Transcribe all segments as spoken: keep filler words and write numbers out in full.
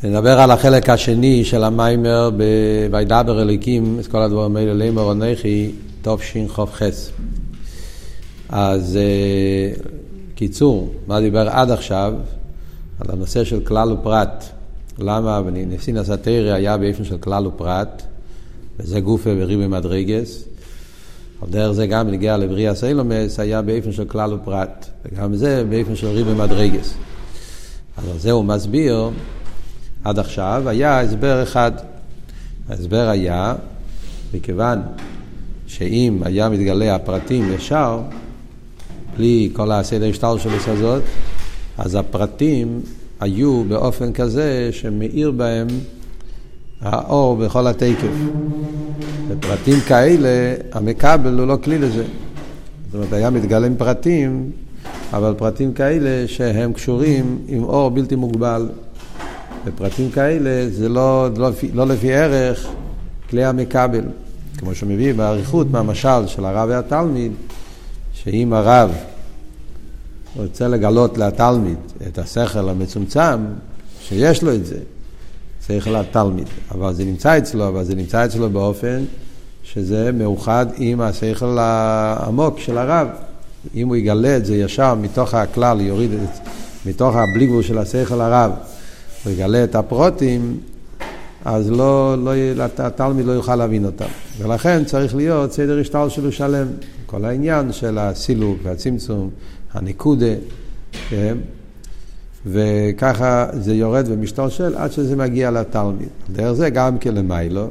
נדבר על החלק השני של המיימר וידבר אליקים את כל הדברים האלה לאמור אנכי תשכ"ח. אז קיצור, מה דיבר עד עכשיו על הנושא של כלל ופרט. למה נסינא סתירא היה באופן של כלל ופרט, וזה גופה וריבוי מדרגס. על דרך זה גם נגיע לבריאה אילומס היה באופן של כלל ופרט, וגם זה באופן של ריבוי מדרגס. אז זה הוא מסביר. עד עכשיו היה הסבר אחד. ההסבר היה, מכיוון שאם היה מתגלה הפרטים ישר, בלי כל הסדר השתלשלות הזאת, אז הפרטים היו באופן כזה שמאיר בהם האור בכל התקף. בפרטים כאלה, המקבל הוא לא כלי לזה. זאת אומרת, היה מתגלים פרטים, אבל פרטים כאלה שהם קשורים עם אור בלתי מוגבל. בפרטים כאלה זה לא, לא, לא לפי ערך כלי המקבל. כמו שמביא בעריכות מהמשל של הרב והתלמיד, שאם הרב רוצה לגלות לתלמיד את השכל המצומצם, שיש לו את זה, שכל התלמיד. אבל זה נמצא אצלו, אבל זה נמצא אצלו באופן שזה מאוחד עם השכל העמוק של הרב. אם הוא יגלה את זה ישר מתוך הכלל, יוריד את, מתוך הבליגבור של השכל הרב, הוא יגלה את הפרוטים, אז לא, לא, התלמיד לא יוכל להבין אותם. ולכן צריך להיות סדר השתלשלות שלם. כל העניין של הסילוק והצמצום, הניקודה, כן? וככה זה יורד ומשתלשל עד שזה מגיע לתלמיד. דרך זה גם כלמיילו.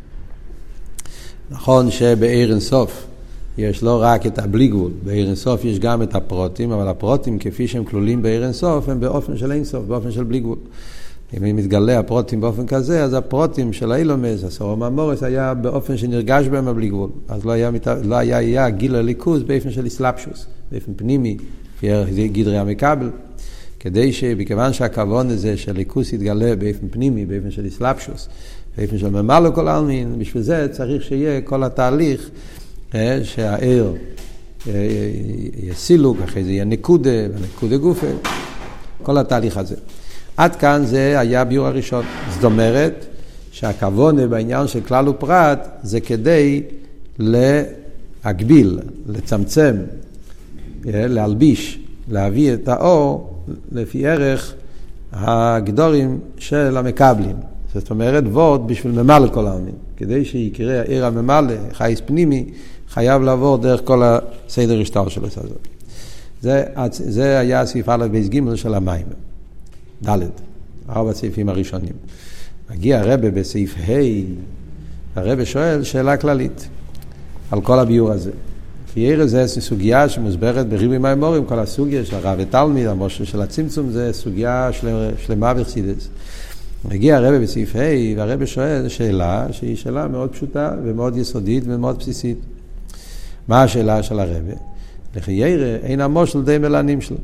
נכון שבעיר אינסוף יש לא רק את הבלי גבול, בעיר אינסוף יש גם את הפרוטים, אבל הפרוטים כפי שהם כלולים בעיר אינסוף הם באופן של אינסוף, באופן של בלי גבול. אם הם מתגלה הפרוטים באופן כזה, אז הפרוטים של האילומס, הסורום המורס, היה באופן שנרגש בהם הבלי גבול. אז לא היה, לא היה, היה גיל הליכוז באופן של אסלאפשוס, באופן פנימי, לפי ערך גדרי המקבל. כדי שבכיוון שהכוון הזה של ליכוז יתגלה באופן פנימי, באופן של אסלאפשוס, באופן של ממלא כל העלמין, בשביל זה צריך שיהיה כל התהליך, שהעיר יהיה סילוק, אחרי זה יהיה נקודה, ונקודה גופה, כל התהליך הזה. עד כאן זה היה ביור הראשון. זאת אומרת שהכוונה בעניין של כלל ופרט זה כדי להגביל, לצמצם, להלביש, להביא את האור לפי ערך הגדורים של המקבלים. זאת אומרת, וורט בשביל ממלא כל העלמין. כדי שיקרא העיר הממלא, חייס פנימי, חייב לעבור דרך כל הסדר השתלשלות הזאת. זה, זה היה סעיף א' בייס ג' של המים. ד', ארבע סעיפים הראשונים. מגיע הרב בסעיף ה', הרב שואל שאלה כללית על כל הביור הזה. כי עיר זה סוגיה שמוסברת בריבוי מימורים, כל הסוגיה של הרב ותלמיד, המושל של הצמצום, זה סוגיה שלמה וחסידס. מגיע הרב בסעיף ה' והרב שואל שאלה שהיא שאלה מאוד פשוטה ומאוד יסודית ומאוד בסיסית. מה השאלה של הרב? לכי ירא אין המושל די מלנים שלו.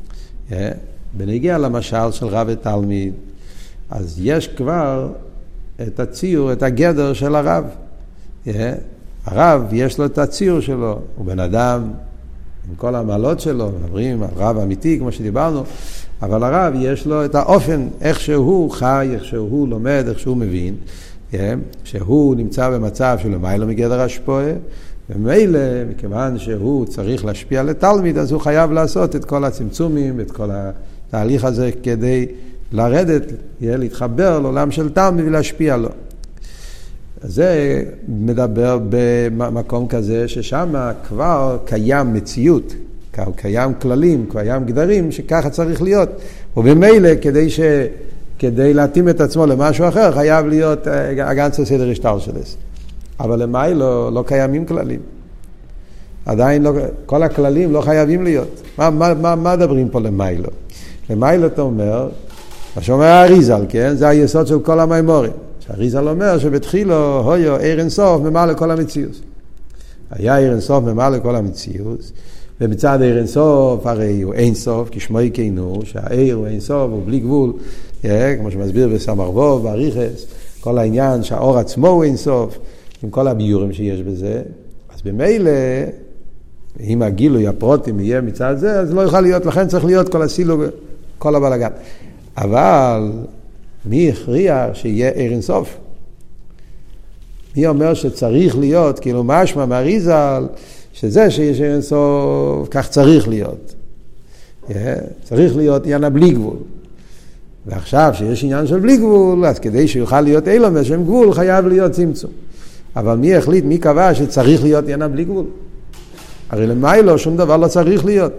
בנגיע למשל של רב ותלמיד, אז יש כבר את הציור, את הגדר של הרב. הרב יש לו את הציור שלו, הוא בן אדם עם כל המעלות שלו, מדברים על רב אמיתי כמו שדיברנו, אבל הרב יש לו את האופן, איך שהוא חי, איך שהוא לומד, איך שהוא מבין, שהוא נמצא במצב של מיילו מגדר השפועה, ומילא, מכיוון שהוא צריך להשפיע לתלמיד, אז הוא חייב לעשות את כל הצמצומים, את כל התהליך הזה, כדי לרדת, להתחבר לעולם של תלמיד ולהשפיע לו. זה מדבר במקום כזה, ששם כבר קיים מציאות, קיים כללים, קיים גדרים, שככה צריך להיות. ובמילא, כדי ש... כדי להתאים את עצמו למשהו אחר, חייב להיות הגנצה סדר השתלשלות. אבל למאי לא, לא קיימים כללים. עדיין לא, כל הכללים לא חייבים להיות. מה, מה, מה, מה מדברים פה למאי לא? למאי לא אתה אומר, מה שאומר האריזל, כן? זה היסוד של כל המיימורים. שהאריזל אומר שבתחילו, הויו, עיר אינסוף, ממלא כל המציאות. היה עיר אינסוף, ממלא כל המציאות, ומצד עיר אינסוף, הרי הוא אינסוף, כשמוי כינו, שהעיר הוא אינסוף, הוא בלי גבול, כמו שמסביר בסמ"ר וו, באריכס, כל העניין שהאור עצמו הוא אינסוף, עם כל הביורים שיש בזה, אז במילא, אם הגילוי הפרוטים יהיה מצד זה, אז לא יוכל להיות, לכן צריך להיות כל הסילוג, כל הבלגן. אבל מי הכריח שיהיה עיר אין סוף? מי אומר שצריך להיות, כאילו משמע מהריז"ל, שזה שיש עיר אין סוף, כך צריך להיות. צריך להיות עניין בלי גבול. ועכשיו שיש עניין של בלי גבול, אז כדי שיוכל להיות אילום בשם גבול, חייב להיות צמצום. אבל מי החליט, מי קבע שצריך להיות עניין בלי גבול? הרי למיילו שום דבר לא צריך להיות.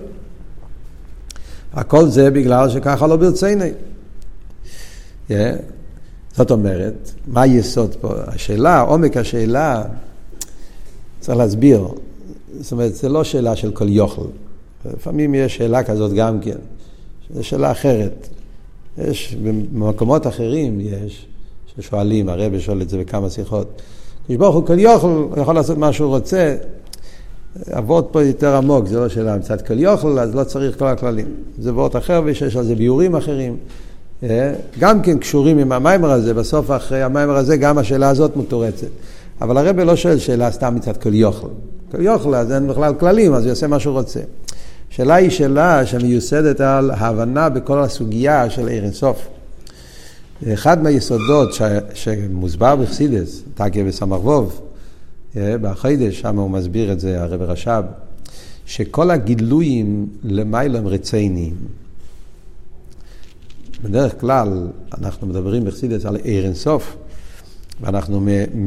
הכל זה בגלל שככה לא ברצינו. Yeah. זאת אומרת, מה היסוד פה? השאלה, עומק השאלה, צריך להסביר. זאת אומרת, זה לא שאלה של כל יוכל. לפעמים יש שאלה כזאת גם כן. זו שאלה אחרת. יש, במקומות אחרים יש, ששואלים, הרב שואל את זה בכמה שיחות. כשברוך הוא כל יוכל, הוא יכול לעשות מה שהוא רוצה. עבוד פה יותר עמוק, זה לא שאלה מצד כל יוכל, אז לא צריך כל הכללים. זה וורט אחר ויש על זה ביורים אחרים. גם כן קשורים עם המיימר הזה, בסוף אחרי המיימר הזה גם השאלה הזאת מותורצת. אבל הרב לא שואל שאלה סתם מצד כל יוכל. כל יוכל, אז אין בכלל כללים, אז הוא יעשה מה שהוא רוצה. השאלה היא שאלה שמיוסדת על ההבנה בכל הסוגיה של עיר אין סוף. אחד מהיסודות ש... שמוסבר בחסידס, תקיה בסמ"ך ווב, בחידש, שם הוא מסביר את זה, הרב רש"ב, שכל הגילויים למיילו הם רציניים. בדרך כלל אנחנו מדברים בחסידס על עיר אין סוף, ואנחנו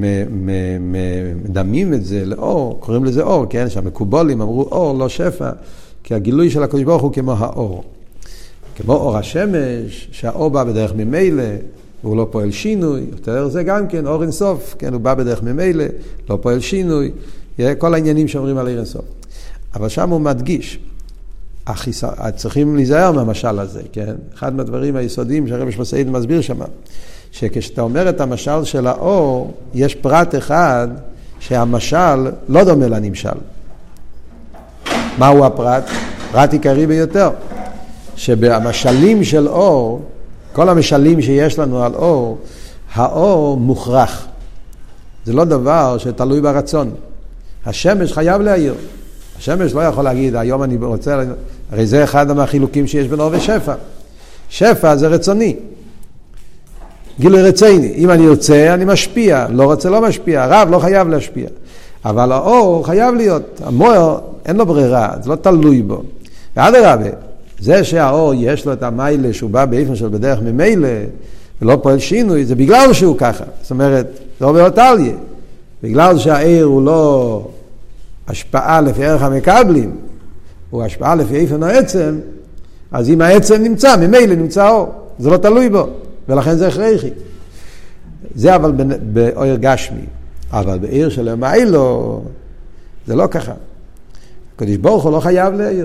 מדמים את זה לאור, קוראים לזה אור, כן? שהמקובולים אמרו אור, לא שפע, כי הגילוי של הקדוש ברוך הוא כמו האור. כמו אור השמש, שהאור בא בדרך ממילא, והוא לא פועל שינוי, יותר זה גם כן, אור אין סוף, כן? הוא בא בדרך ממילא, לא פועל שינוי, כל העניינים שאומרים על עיר אין סוף. אבל שם הוא מדגיש, החיס... צריכים להיזהר מהמשל הזה, כן? אחד מהדברים היסודיים שהרב שמסעיד מסביר שם, שכשאתה אומר את המשל של האור, יש פרט אחד שהמשל לא דומה לנמשל. מהו הפרט? פרט עיקרי ביותר. שבמשלים של אור, כל המשלים שיש לנו על אור, האור מוכרח. זה לא דבר שתלוי ברצון. השמש חייב להעיר. השמש לא יכול להגיד, היום אני רוצה, הרי זה אחד מהחילוקים שיש בין אור ושפע. שפע זה רצוני. גילוי רציני. אם אני רוצה, אני משפיע. לא רוצה, לא משפיע. הרב לא חייב להשפיע. אבל האור חייב להיות. המואר, אין לו ברירה. זה לא תלוי בו. ועד הרבה, זה שהאור יש לו את המיילה שהוא בא באיפן של בדרך ממיילה, ולא פועל שינוי, זה בגלל שהוא ככה. זאת אומרת, זה לא באותליה. בגלל שהעיר הוא לא השפעה לפי ערך המקבלים, הוא השפעה לפי איפן העצם, אז אם העצם נמצא, ממילא נמצא האור. זה לא תלוי בו. ולכן זה הכרחי. זה אבל באור גשמי. אבל בעיר של המיילו, זה לא ככה. הקדוש ברוך הוא לא חייב להעיר.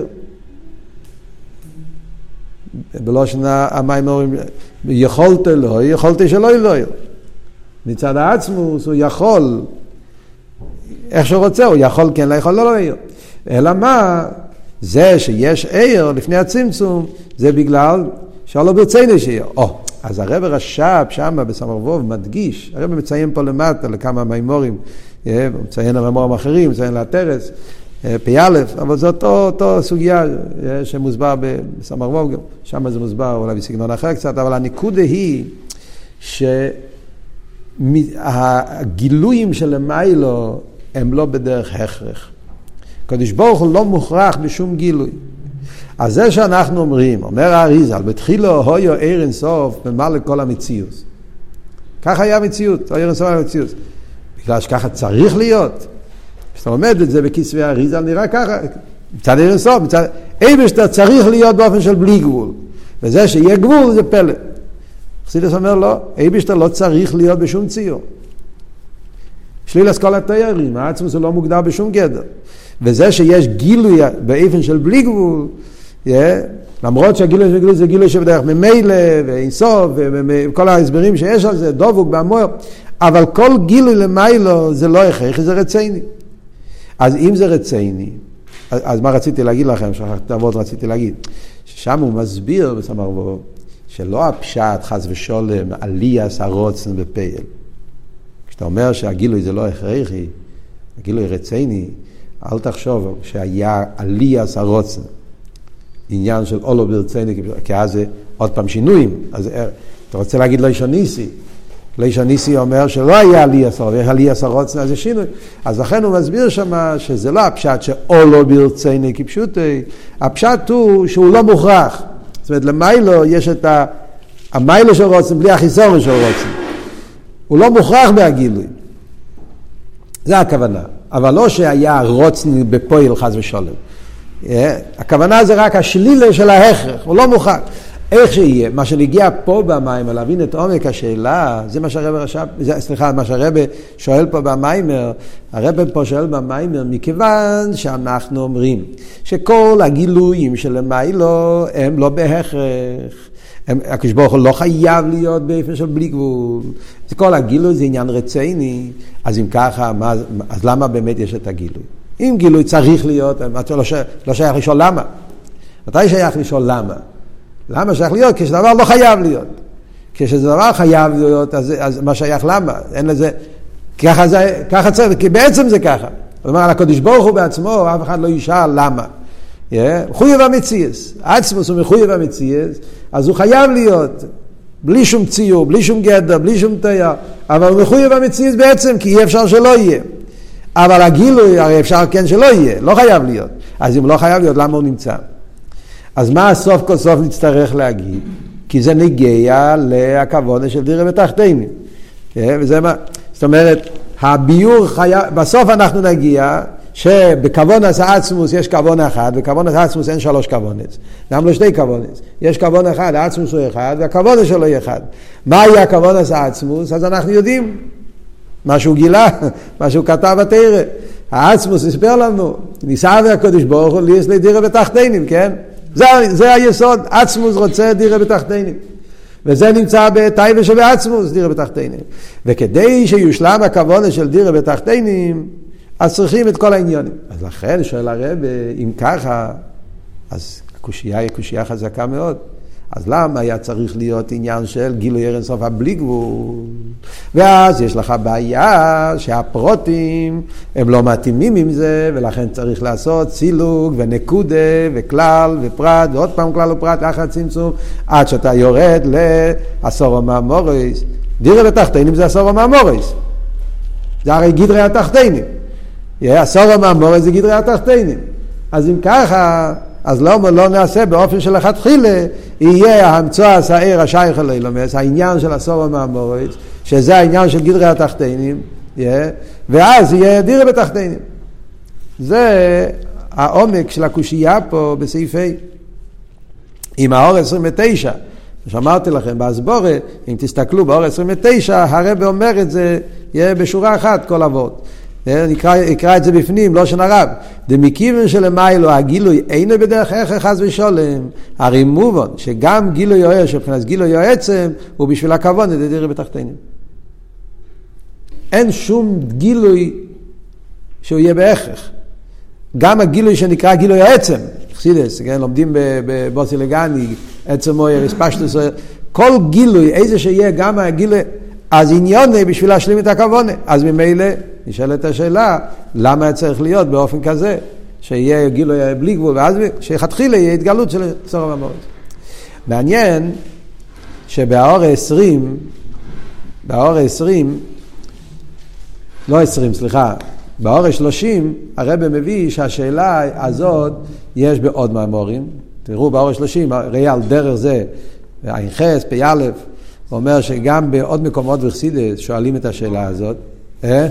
בלושן המים אומרים, יכולת לא, יכולת שלא לא. מצד העצמוס הוא יכול, איך שהוא רוצה, הוא יכול כן, לא יכול לא להעיר. אלא מה? זה שיש עיר לפני הצמצום, זה בגלל שלא ברצינו שיהיה. או, אז הרב רש"ב שם בסמ"ך ווב מדגיש, הרב מציין פה למטה לכמה מימורים, הוא מציין למימורים אחרים, מציין לתרס, פי א', אבל זאת אותו סוגיה שמוסבר בסמ"ך ווב, שם זה מוסבר אולי בסגנון אחר קצת, אבל הנקודה היא שהגילויים של המיילו הם לא בדרך הכרח. הקדוש ברוך הוא לא מוכרח בשום גילוי. אז זה שאנחנו אומרים, אומר האריז"ל, בתחילו הויו עיר אין סוף במלא כל המציאות. ככה היה המציאות, עיר אין סוף המציאות. בגלל שככה צריך להיות. כשאתה עומד את זה בכסבי האריז"ל נראה ככה, מצד עיר אין סוף, מצד... איפה שאתה צריך להיות באופן של בלי גבול. וזה שיהיה גבול זה פלא. חסידס אומר לא, איפה שאתה לא צריך להיות בשום ציור. שליל אסכולת תיירים, העצמוס הוא לא מוגדר בשום גדר. וזה שיש גילוי באופן של בלי גבול, yeah, למרות שהגילוי של גילוי זה גילוי שבדרך ממילא ואינסוף וכל ההסברים שיש על זה, דבוק בהמוער, אבל כל גילוי למיילו זה לא הכרחי, זה רציני. אז אם זה רציני, אז, אז מה רציתי להגיד לכם, שתעבוד רציתי להגיד, ששם הוא מסביר בסמ"ך ווב, שלא הפשט חס ושולם עליאס הרוצן בפייל. כשאתה אומר שהגילוי זה לא הכרחי, הגילוי רציני, אל תחשוב שהיה עליאס הרוצן, עניין של אולו ברציני, כי אז זה עוד פעם שינויים. אז אתה רוצה להגיד לא ישניסי. לא ישניסי אומר שלא היה עלי עשר, ויש עלי עשר רוצנה, זה שינוי. אז לכן הוא מסביר שם שזה לא הפשט שאו לא ברציני כפשוטי, הפשט הוא שהוא לא מוכרח. זאת אומרת, למיילו יש את המיילו של רוצן בלי החיסורים של רוצן. הוא לא מוכרח בהגילוי. זה הכוונה. אבל לא שהיה רוצן בפועל חס ושלום. הכוונה זה רק השלילה של ההכרח, הוא לא מוכרח. איך שיהיה, מה שנגיע פה במים, להבין את עומק השאלה, זה מה שהרבא רשב, סליחה, מה שהרבא שואל פה במיימר, הרבא פה שואל במיימר, מכיוון שאנחנו אומרים שכל הגילויים של המיילו הם לא בהכרח, הקדוש ברוך הוא לא חייב להיות באופן של בלי גבול, כל הגילוי זה עניין רציני, אז אם ככה, מה, אז למה באמת יש את הגילוי? אם גילוי צריך להיות, לא, ש... לא שייך לשאול למה. מתי שייך לשאול למה? למה שייך להיות? כשדבר לא חייב להיות. כשדבר חייב להיות, אז, אז מה שייך למה? אין לזה, ככה זה, ככה צריך, כי בעצם זה ככה. זאת אומרת, הקדוש ברוך הוא בעצמו, אף אחד לא ישאל למה. מחויב המציאס. עצמוס הוא מחויב המציאס, אז הוא חייב להיות, בלי שום ציור, בלי שום גדר, בלי שום תייר, אבל הוא מחויב המציאס בעצם, כי אי אפשר שלא יהיה. אבל הגילוי, הרי אפשר כן שלא יהיה, לא חייב להיות. אז אם לא חייב להיות, למה הוא נמצא? אז מה הסוף כל סוף נצטרך להגיד? כי זה נגיע להכוונה של דירה בתחתינים. וזה מה, זאת אומרת, הביור חייב, בסוף אנחנו נגיע שבכוונס העצמוס יש כוונה אחד, בכוונס העצמוס אין שלוש כוונס. גם לא שתי כוונס. יש כוונה אחד, העצמוס הוא אחד, והכוונה שלו היא אחד. מה יהיה הכוונס העצמוס? אז אנחנו יודעים. מה שהוא גילה, מה שהוא כתב בתורה. העצמוס הסבר לנו, ניסה והקדוש ברוך הוא ליס לדירה בתחתינים, כן? זה, זה היסוד, עצמוס רוצה דירה בתחתינים. וזה נמצא בטייבה שבעצמוס, דירה בתחתינים. וכדי שיושלם הכוונה של דירה בתחתינים, אז צריכים את כל העניינים. אז לכן שואל הרב, אם ככה, אז הקושייה היא קושייה חזקה מאוד. אז למה היה צריך להיות עניין של גילוי אין סוף בלי גבול? ואז יש לך בעיה שהפרוטים הם לא מתאימים עם זה, ולכן צריך לעשות סילוק ונקודה וכלל ופרט, ועוד פעם כלל ופרט, אחת צמצום, עד שאתה יורד לעשור המאמורס. דירה בתחתינים זה עשור המאמורס. זה הרי גדרי התחתינים. עשור המאמורס זה גדרי התחתינים. אז אם ככה, אז לא, לא נעשה באופן של אחד תחילה, יהיה המצוא השעיר השייך אלילומס, העניין של עשור המאמורס, שזה העניין של גדרי התחתינים, ואז יהיה דירה בתחתינים. זה העומק של הקושייה פה בסעיף A. עם האור עשרים ותשע, שאמרתי לכם בהסבורה, אם תסתכלו באור עשרים ותשע, הרב אומר את זה, יהיה בשורה אחת כל אבות. נקרא, נקרא את זה בפנים, לא שנרב. דמכיוון שלמיילו הגילוי אינו בדרך הכרח חס ושלום, הרי מובן שגם גילוי יועץ, שבחינת גילוי יועצם, הוא בשביל הכוונה לדירה בתחתינים. אין שום גילוי שהוא יהיה בהכרח. גם הגילוי שנקרא גילוי העצם, חסידס, כן? לומדים בבוסי לגני, עצם אויר, הספשטוס אויר, כל גילוי, איזה שיהיה גם הגילוי, אז עניון בשביל להשלים את הכוונה. אז ממילא נשאלת השאלה, למה צריך להיות באופן כזה, שיהיה גילוי בלי גבול, ואז שחתחילה יהיה התגלות של עשור המאמורס. מעניין שבאור העשרים, באור העשרים, לא עשרים, סליחה, באור השלושים, הרב מביא שהשאלה הזאת יש בעוד מאמורים. תראו, באור השלושים, ראי על דרך זה, עין חס, פי א', אומר שגם בעוד מקומות וחסידס שואלים את השאלה הזאת. אה?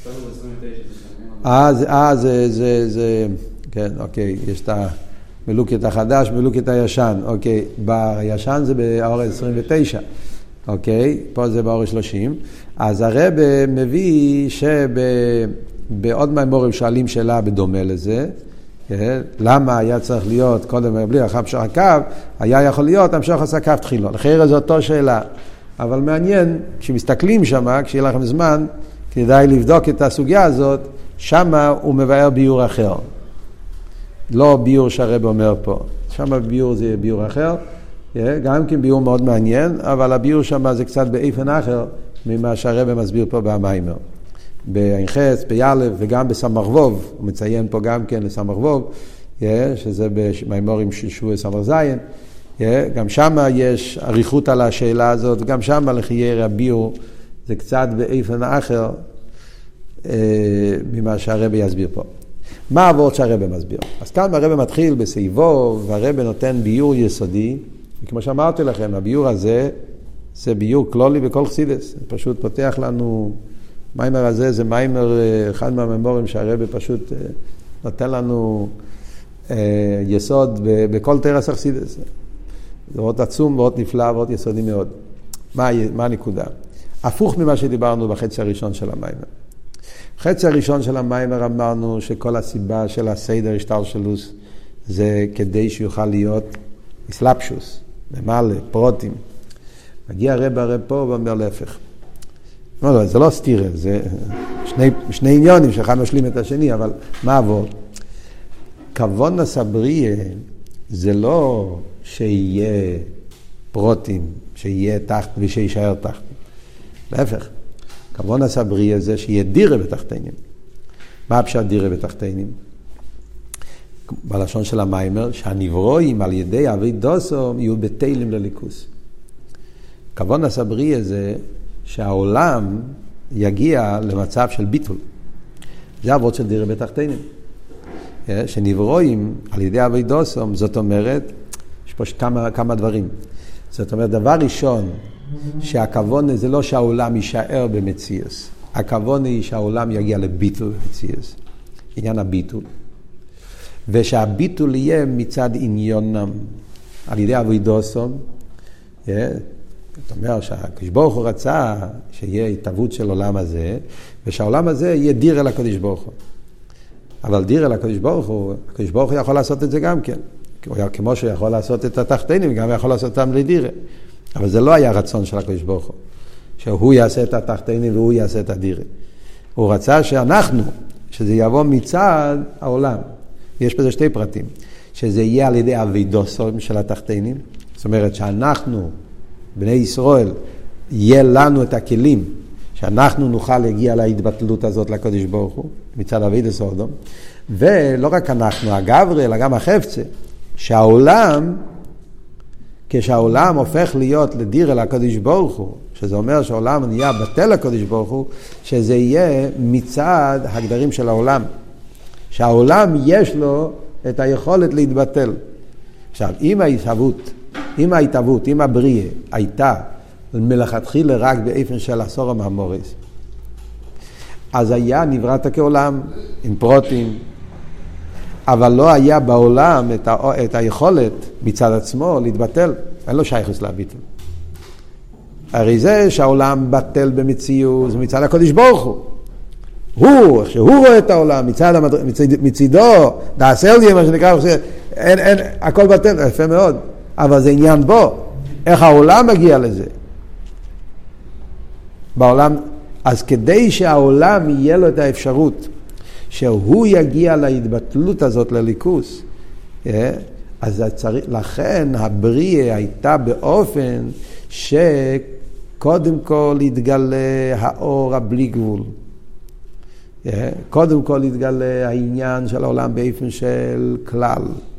אה, אה, זה, זה, זה, כן, אוקיי, יש את המלוקת החדש, מלוקת הישן, אוקיי, בישן זה באור עשרים ותשע, אוקיי, פה זה באור שלושים, אז הרב מביא שבעוד מאמורים שואלים שאלה בדומה לזה, למה היה צריך להיות קודם בלי אחר המשוך הקו, היה יכול להיות המשוך עשה קו תחילו, לכן זו אותו שאלה, אבל מעניין, כשמסתכלים שם, כשיהיה לכם זמן, כדאי לבדוק את הסוגיה הזאת, שמה הוא מבאר ביור אחר. לא ביור שהרב אומר פה. שמה ביור זה ביור אחר. גם כן ביור מאוד מעניין, אבל הביור שמה זה קצת באיפן אחר, ממה שהרב מסביר פה במיימר. בעין חס, ביאלב וגם בסמרבוב. הוא מציין פה גם כן לסמרבוב, שזה במיימורים של שבוע סמר זין. גם שם יש עריכות על השאלה הזאת, וגם שם לחיי הביור זה קצת באופן אחר ממה שהרבא יסביר פה. מה העבוד שהרבא מסביר? אז כאן הרבא מתחיל בסעיבו, והרבא נותן ביור יסודי, וכמו שאמרתי לכם, הביור הזה זה ביור כלולי בכל חסידס, פשוט פותח לנו, מיימר הזה זה מיימר, אחד מהממורים שהרבא פשוט נותן לנו יסוד בכל תרס החסידס. זה מאוד עצום, מאוד נפלא, מאוד יסודי מאוד. מה, מה הנקודה? הפוך ממה שדיברנו בחצי הראשון של המיימר. בחצי הראשון של המיימר אמרנו שכל הסיבה של הסדר השתלשלוס זה כדי שיוכל להיות אסלאפשוס, למעלה, פרוטים. מגיע הרב הרב פה ואומר להפך. לא, לא, זה לא סתירה, זה שני, שני עניונים שאחד משלים את השני, אבל מה עבור? כוון הסבריה זה לא שיהיה פרוטים, שיהיה תחת ושישאר תחת. להפך, כוון הסבריה זה שיהיה דירה בתחתינים. מה הפשט דירה בתחתינים? בלשון של המיימר, שהנברואים על ידי אבי דוסום יהיו בתהילים לליכוס. כוון הסבריה זה שהעולם יגיע למצב של ביטול. זה עבוד של דירה בתחתינים. שנברואים על ידי אבי דוסום, זאת אומרת, יש פה כמה, כמה דברים. זאת אומרת, דבר ראשון, שהכוון זה לא שהעולם יישאר במציאס. הכוון היא שהעולם יגיע לביטול במציאס. עניין הביטול. ושהביטול יהיה מצד עניונם על ידי אבי דוסום. זאת אומרת שהקדוש ברוך הוא רצה שיהיה התהוות של עולם הזה, ושהעולם הזה יהיה דיר אל הקדוש ברוך הוא. אבל דיר אל הקדוש ברוך הוא, הקדוש ברוך הוא יכול לעשות את זה גם כן. כמו שהוא יכול לעשות את התחתינים, גם יכול לעשות אותם לדירה. אבל זה לא היה רצון של הקדוש ברוך הוא. שהוא יעשה את התחתינים והוא יעשה את הדירה. הוא רצה שאנחנו, שזה יבוא מצד העולם. יש בזה שתי פרטים. שזה יהיה על ידי אבידוסום של התחתינים. זאת אומרת שאנחנו, בני ישראל, יהיה לנו את הכלים, שאנחנו נוכל להגיע להתבטלות הזאת לקדוש ברוך הוא, מצד אבידוס אודום. ולא רק אנחנו, הגברי, אלא גם החפצה. שהעולם, כשהעולם הופך להיות לדיר אל הקדוש ברוך הוא, שזה אומר שהעולם נהיה בטל לקדוש ברוך הוא, שזה יהיה מצד הגדרים של העולם. שהעולם יש לו את היכולת להתבטל. עכשיו, אם ההתהוות, אם ההתהוות, אם הבריאה הייתה מלכתחילה רק באופן של עשור המאמורס, אז היה נבראת כעולם עם פרוטים, אבל לא היה בעולם את, ה, את היכולת מצד עצמו להתבטל. אין לו שייכות להביטל. הרי זה שהעולם בטל במציאות, זה מצד הקדוש ברוך הוא. הוא, שהוא רואה את העולם מצד, מצד, מצידו, דעשר לי מה שנקרא, אין, אין, הכל בטל, יפה מאוד. אבל זה עניין בו. איך העולם מגיע לזה? בעולם, אז כדי שהעולם יהיה לו את האפשרות, שהוא יגיע להתבטלות הזאת לליכוס, אז צריך, לכן הבריאה הייתה באופן שקודם כל יתגלה האור הבלי גבול. קודם כל יתגלה העניין של העולם באופן של כלל.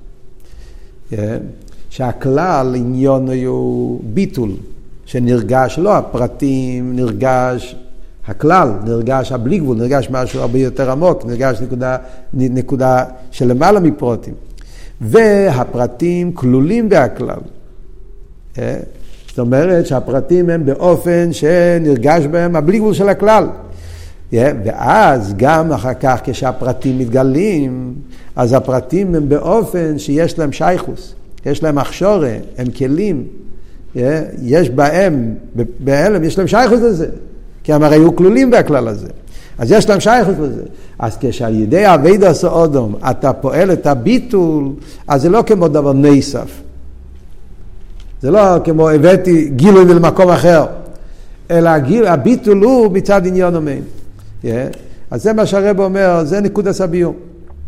שהכלל עניון הוא ביטול, שנרגש לא הפרטים, נרגש הכלל, נרגש הבלי גבול, נרגש משהו הרבה יותר עמוק, נרגש נקודה, נקודה של למעלה מפרוטים. והפרטים כלולים בהכלל. זאת אומרת שהפרטים הם באופן שנרגש בהם הבלי גבול של הכלל. ואז גם אחר כך כשהפרטים מתגלים, אז הפרטים הם באופן שיש להם שייכוס, יש להם הכשורה, הם כלים, יש בהם, בהלם יש להם שייכוס לזה. כי הם הרי היו כלולים בכלל הזה. אז יש להם שייכות לזה. אז כשעל ידי אבידוס אודום אתה פועל את הביטול, אז זה לא כמו דבר נסף. זה לא כמו הבאתי גילוי למקום אחר. אלא הגיל, הביטול הוא מצד עניון אומן. Yeah. אז זה מה שהרב אומר, זה נקודת הביור.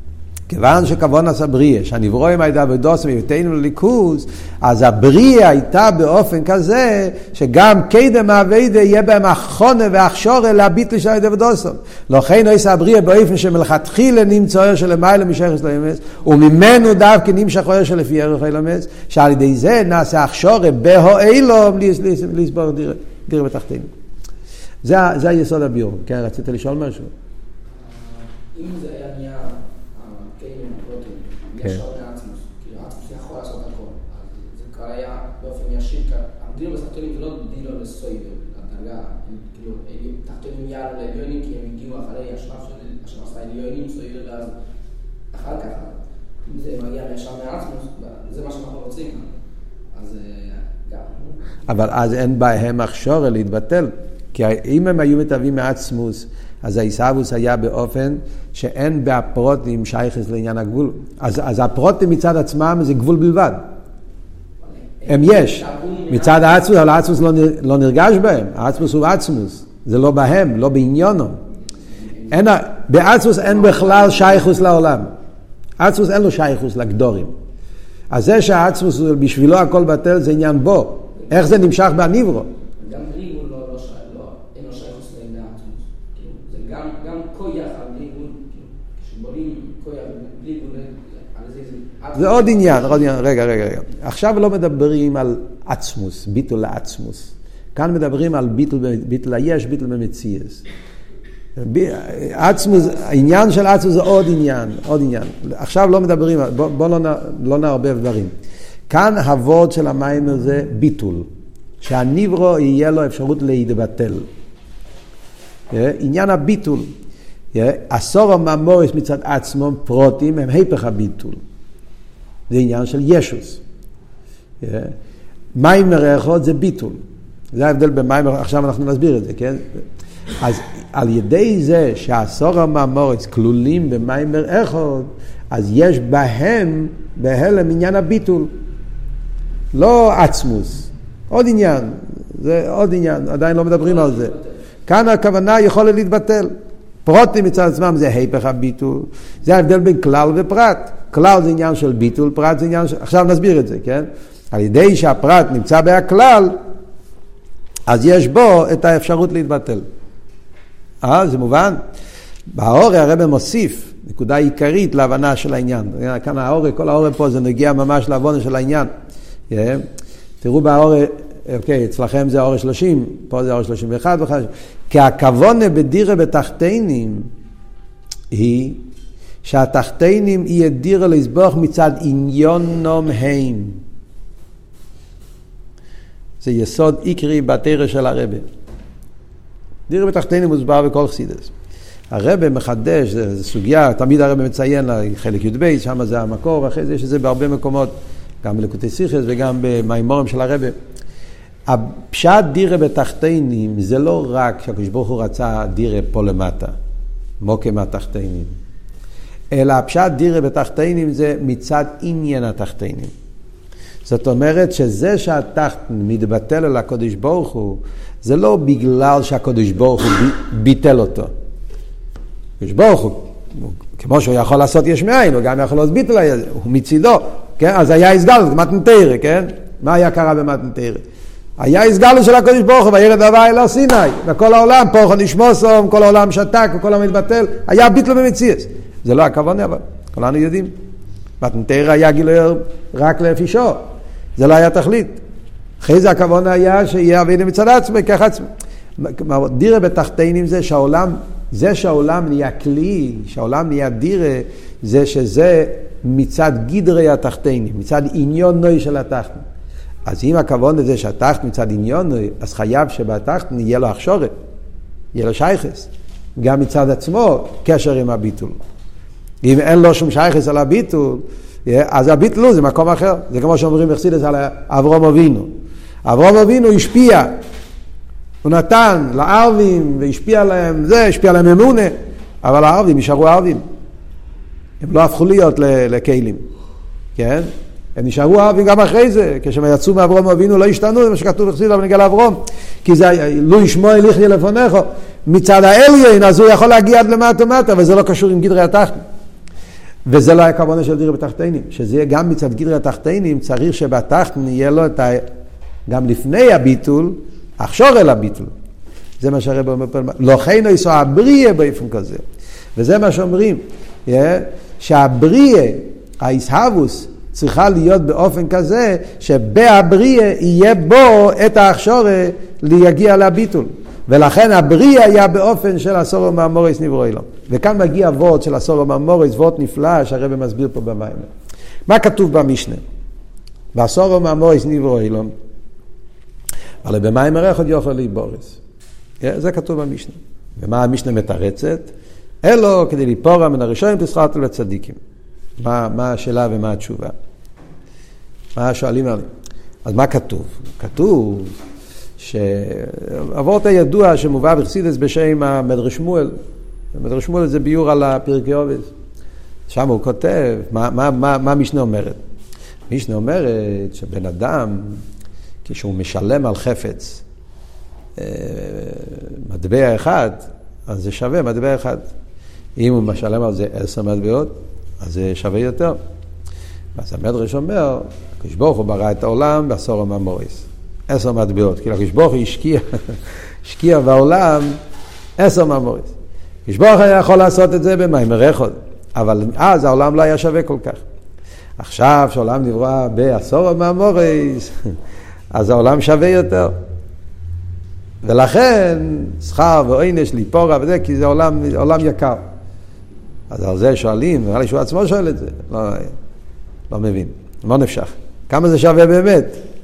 כיוון שכוון עשה בריאה, שהנברוא עם הידע בדוסם ויתנו לליכוז, אז הבריאה הייתה באופן כזה, שגם קדם העבודה יהיה בהם החונה והכשורה להביט של הידע בדוסם. לכן עשה הבריאה באופן שמלכתחילה נמצא ערך של למעלה משכס לאמץ, וממנו דווקא נמשך ערך של לפי ערך לאמץ, שעל ידי זה נעשה הכשורה בהועלם לסבור דירה בתחתינו. זה, זה היסוד הביור. כן, רצית לשאול משהו? אם זה היה נהיה הקיילים הפרוטים, ישר מעצמוס, כאילו עצמוס יכול לעשות הכל, אז זה כבר היה באופן ישיר, הדירה בתחתינו זה לא דירה לסויבר, הדרגה, כאילו, תחתינו יעלו לעליונים, כי הם הגיעו אחרי השלב של העליונים, סויבר, ואז אחר כך, אם זה מגיע ישר מעצמוס, זה מה שאנחנו רוצים, אז גם. אבל אז אין בהם הכשורה להתבטל. כי אם הם היו מתאבים מעצמוס, אז העיסאוויס היה באופן שאין בהפרוטים שייכס לעניין הגבול. אז, אז הפרוטים מצד עצמם זה גבול בלבד. הם יש. מצד העצמוס, אבל העצמוס לא, לא נרגש בהם. העצמוס הוא עצמוס. זה לא בהם, לא בעניונו. אין, בעצמוס אין בכלל שייכוס לעולם. עצמוס אין לו שייכוס לגדורים. אז זה שהעצמוס בשבילו הכל בטל זה עניין בו. איך זה נמשך בנברו? גם בלי גבול לא, לא, לא, אין לו שייכוס לעניין העצמוס. זה גם, גם כויח על בלי גבול, כשבולים כויח בלי גבול, זה עוד עניין, עוד עניין. רגע, רגע, רגע. עכשיו לא מדברים על עצמוס, ביטול לעצמוס. כאן מדברים על ביטול, ביטול היש, ביטול במציאס. עצמוס, העניין של עצמוס זה עוד עניין, עוד עניין. עכשיו לא מדברים, בוא, בוא לא, לא נערבב דברים. כאן הוורד של המים זה ביטול. שהנברו יהיה לו אפשרות להתבטל. עניין הביטול. עשור הממורס מצד עצמם פרוטים הם היפך הביטול. זה עניין של ישוס. מים מרחות זה ביטול. זה ההבדל במים, עכשיו אנחנו נסביר את זה, כן? אז על ידי זה שהעשור הממורס כלולים במים מרחות, אז יש בהם, בהלם עניין הביטול. לא עצמוס. עוד עניין. זה עוד עניין. עדיין לא מדברים על זה. כאן הכוונה יכולה להתבטל. פרוטים מצד עצמם זה היפך הביטול. זה ההבדל בין כלל ופרט. כלל זה עניין של ביטול, פרט זה עניין של... עכשיו נסביר את זה, כן? על ידי שהפרט נמצא בהכלל, אז יש בו את האפשרות להתבטל. אה, זה מובן? באורי הרב מוסיף נקודה עיקרית להבנה של העניין. כאן האורי, כל האורי פה זה נגיע ממש להבנה של העניין. Yeah. תראו באורי, אוקיי, אצלכם זה האורי שלושים, פה זה האורי שלושים ואחת. כי הכוונה בדירה בתחתינים היא שהתחתינים יהיה דירה לסבוך מצד עניונם הם. זה יסוד עיקרי בתורה של הרבי. דירה בתחתינים מוסבר בכל חסידות. הרבי מחדש, זו סוגיה, תמיד הרבי מציין לחלק י' ב', שם זה המקור, ואחרי זה יש את זה בהרבה מקומות, גם בליקוטי שיחס וגם במימורים של הרבי. הפשט דירה בתחתינים זה לא רק שהקדוש ברוך הוא רצה דירה פה למטה, מוקה מהתחתינים, אלא הפשט דירה בתחתינים זה מצד עניין התחתינים. זאת אומרת שזה שהתחת מתבטל על הקדוש ברוך הוא, זה לא בגלל שהקדוש ברוך הוא ביטל אותו. הקדוש ברוך הוא, כמו שהוא יכול לעשות יש מאין, הוא גם יכול לעשות ביטל, הוא מצידו, כן? אז היה הסגלות, מתן תורה, כן? מה היה קרה במתן תורה? היה הסגלות של הקדוש ברוך הוא, וירד הוואי לא סיני, וכל העולם, פורחו נשמוסום, כל העולם שתק, וכל העולם מתבטל, היה ביטל במציאס. זה לא הכוונה, אבל כולנו יודעים. מתן תורה היה גילוי רק לפי שור. זה לא היה תכלית. אחרי זה הכוונה היה שיהיה עבודה מצד עצמי, כך עצמי. דירה בתחתינים זה שהעולם, זה שהעולם נהיה כלי, שהעולם נהיה דירה, זה שזה מצד גדרי התחתינים, מצד עניונוי של התחתן. אז אם הכוונה זה שהתחתן מצד עניונוי, אז חייב שבתחתן יהיה לו הכשורת, יהיה לו שייכס. גם מצד עצמו קשר עם הביטול. אם אין לו שום שייכס על הביטול, אז הביטול זה מקום אחר. זה כמו שאומרים בחסידות על אברהם אבינו. אברהם אבינו השפיע. הוא נתן לערבים והשפיע להם, זה השפיע להם אמונה. אבל הערבים נשארו ערבים. הם לא הפכו להיות לכלים. כן? הם נשארו ערבים גם אחרי זה. כשהם יצאו מאברהם אבינו לא השתנו, זה מה שכתוב בחסידות בנוגע לאברהם. כי זה לא ישמוע יחיה לפניך. מצד העליין, אז הוא יכול להגיע עד למטה מטה, אבל זה לא קשור עם גדרי התחתן. וזה לא הכוונה של דירה בתחתינים, שזה גם מצד גדרי התחתינים, צריך שבתחתן יהיה לו את ה... גם לפני הביטול, אחשור אל הביטול. זה מה שהרב אומר פה, לא חיינו יסו הבריאה באופן כזה. וזה מה שאומרים, yeah, שהבריאה, הישהבוס, צריכה להיות באופן כזה, שבהבריאה יהיה בו את האחשורה להגיע לביטול. ולכן הבריאה היה באופן של הסורו מאמורס נברו אילום. וכאן מגיע וורט של הסורו מאמורס, וורט נפלא שהרב מסביר פה במיימר. מה כתוב במשנה? והסורו מאמורס נברו אילום, אבל במיימר אחד יוכל להיבורס. זה כתוב במשנה. ומה המשנה מתרצת? אלו כדי ליפורה מן הראשונים תסחרתו לצדיקים. מה, מה השאלה ומה התשובה? מה שואלים עליהם? אז מה כתוב? כתוב שעבורת הידוע שמובא בחסידות בשם המדרש שמואל. המדרש שמואל זה ביור על הפרקי אובס. שם הוא כותב, מה, מה, מה, מה המשנה אומרת? המשנה אומרת שבן אדם, כשהוא משלם על חפץ מטבע אחד, אז זה שווה מטבע אחד. אם הוא משלם על זה עשר מטבעות, אז זה שווה יותר. אז המדרש אומר, הקדוש ברוך הוא ברא את העולם בעשור המאמורס. עשר מטבעות. כי הקדוש ברוך הוא השקיע, השקיע בעולם עשר מאמורס. הקדוש ברוך הוא היה יכול לעשות את זה במיימר אחד. אבל אז העולם לא היה שווה כל כך. עכשיו שהעולם נברא בעשור המאמורס, אז העולם שווה יותר. ולכן שכר ועונש ליפורה וזה, כי זה עולם, עולם יקר. אז על זה שואלים, נראה לי שהוא עצמו שואל את זה. לא, לא מבין. לא נפשך. כמה זה שווה באמת?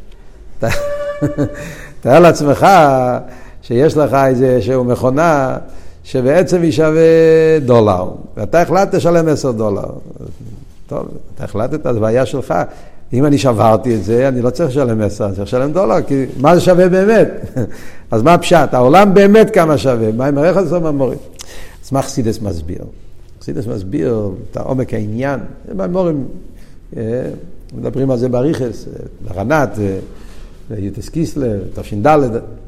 תאר לעצמך שיש לך איזשהו מכונה שבעצם היא שווה דולר. ואתה החלטת לשלם עשר דולר. טוב, אתה החלטת, אז בעיה שלך. אם אני שברתי את זה, אני לא צריך לשלם עשר, אני צריך לשלם דולר, כי מה זה שווה באמת? אז מה הפשט? העולם באמת כמה שווה? מה עם הרכב עשור מאמורים? אז מה חסידס מסביר? חסידס מסביר את העומק העניין. מאמורים, מדברים על זה בריחס, לרנת, ליוטס קיסלר, תפשינדלת.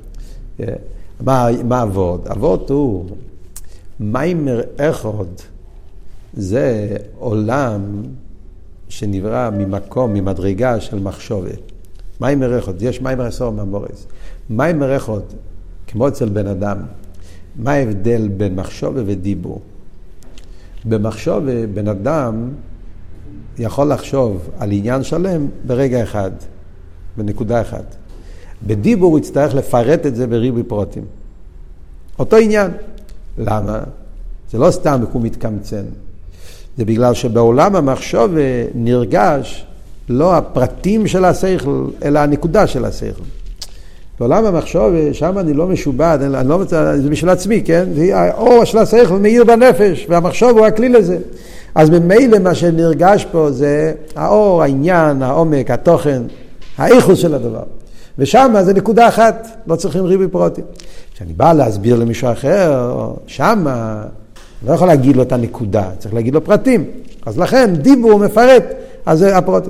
מה עבוד? עבוד הוא, מיימר אחד זה עולם שנברא ממקום, ממדרגה של מחשבה. מיימר אחד, יש מיימר עשור מאמורס. מיימר אחד, כמו אצל בן אדם, מה ההבדל בין מחשבה ודיבור? במחשבה, בן אדם יכול לחשוב על עניין שלם ברגע אחד, בנקודה אחת. בדיבור הוא יצטרך לפרט את זה בריבוי פרוטים. אותו עניין. למה? זה לא סתם הוא מתקמצן. זה בגלל שבעולם המחשוב נרגש לא הפרטים של השכל, אלא הנקודה של השכל. בעולם המחשוב, שם אני לא משובד, אני לא מצא, זה בשביל עצמי, כן? זה האור של השכל מאיר בנפש, והמחשוב הוא הכלי לזה. אז ממילא מה שנרגש פה זה האור, העניין, העומק, התוכן, האיכות של הדבר. ושם זה נקודה אחת, לא צריכים ריבוי פרוטים. כשאני בא להסביר למישהו אחר, שם לא יכול להגיד לו את הנקודה, צריך להגיד לו פרטים. אז לכן דיבור מפרט, אז זה הפרוטים.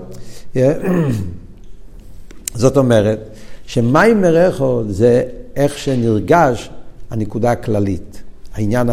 זאת אומרת, שמיימר אחד זה איך שנרגש הנקודה הכללית. העניין,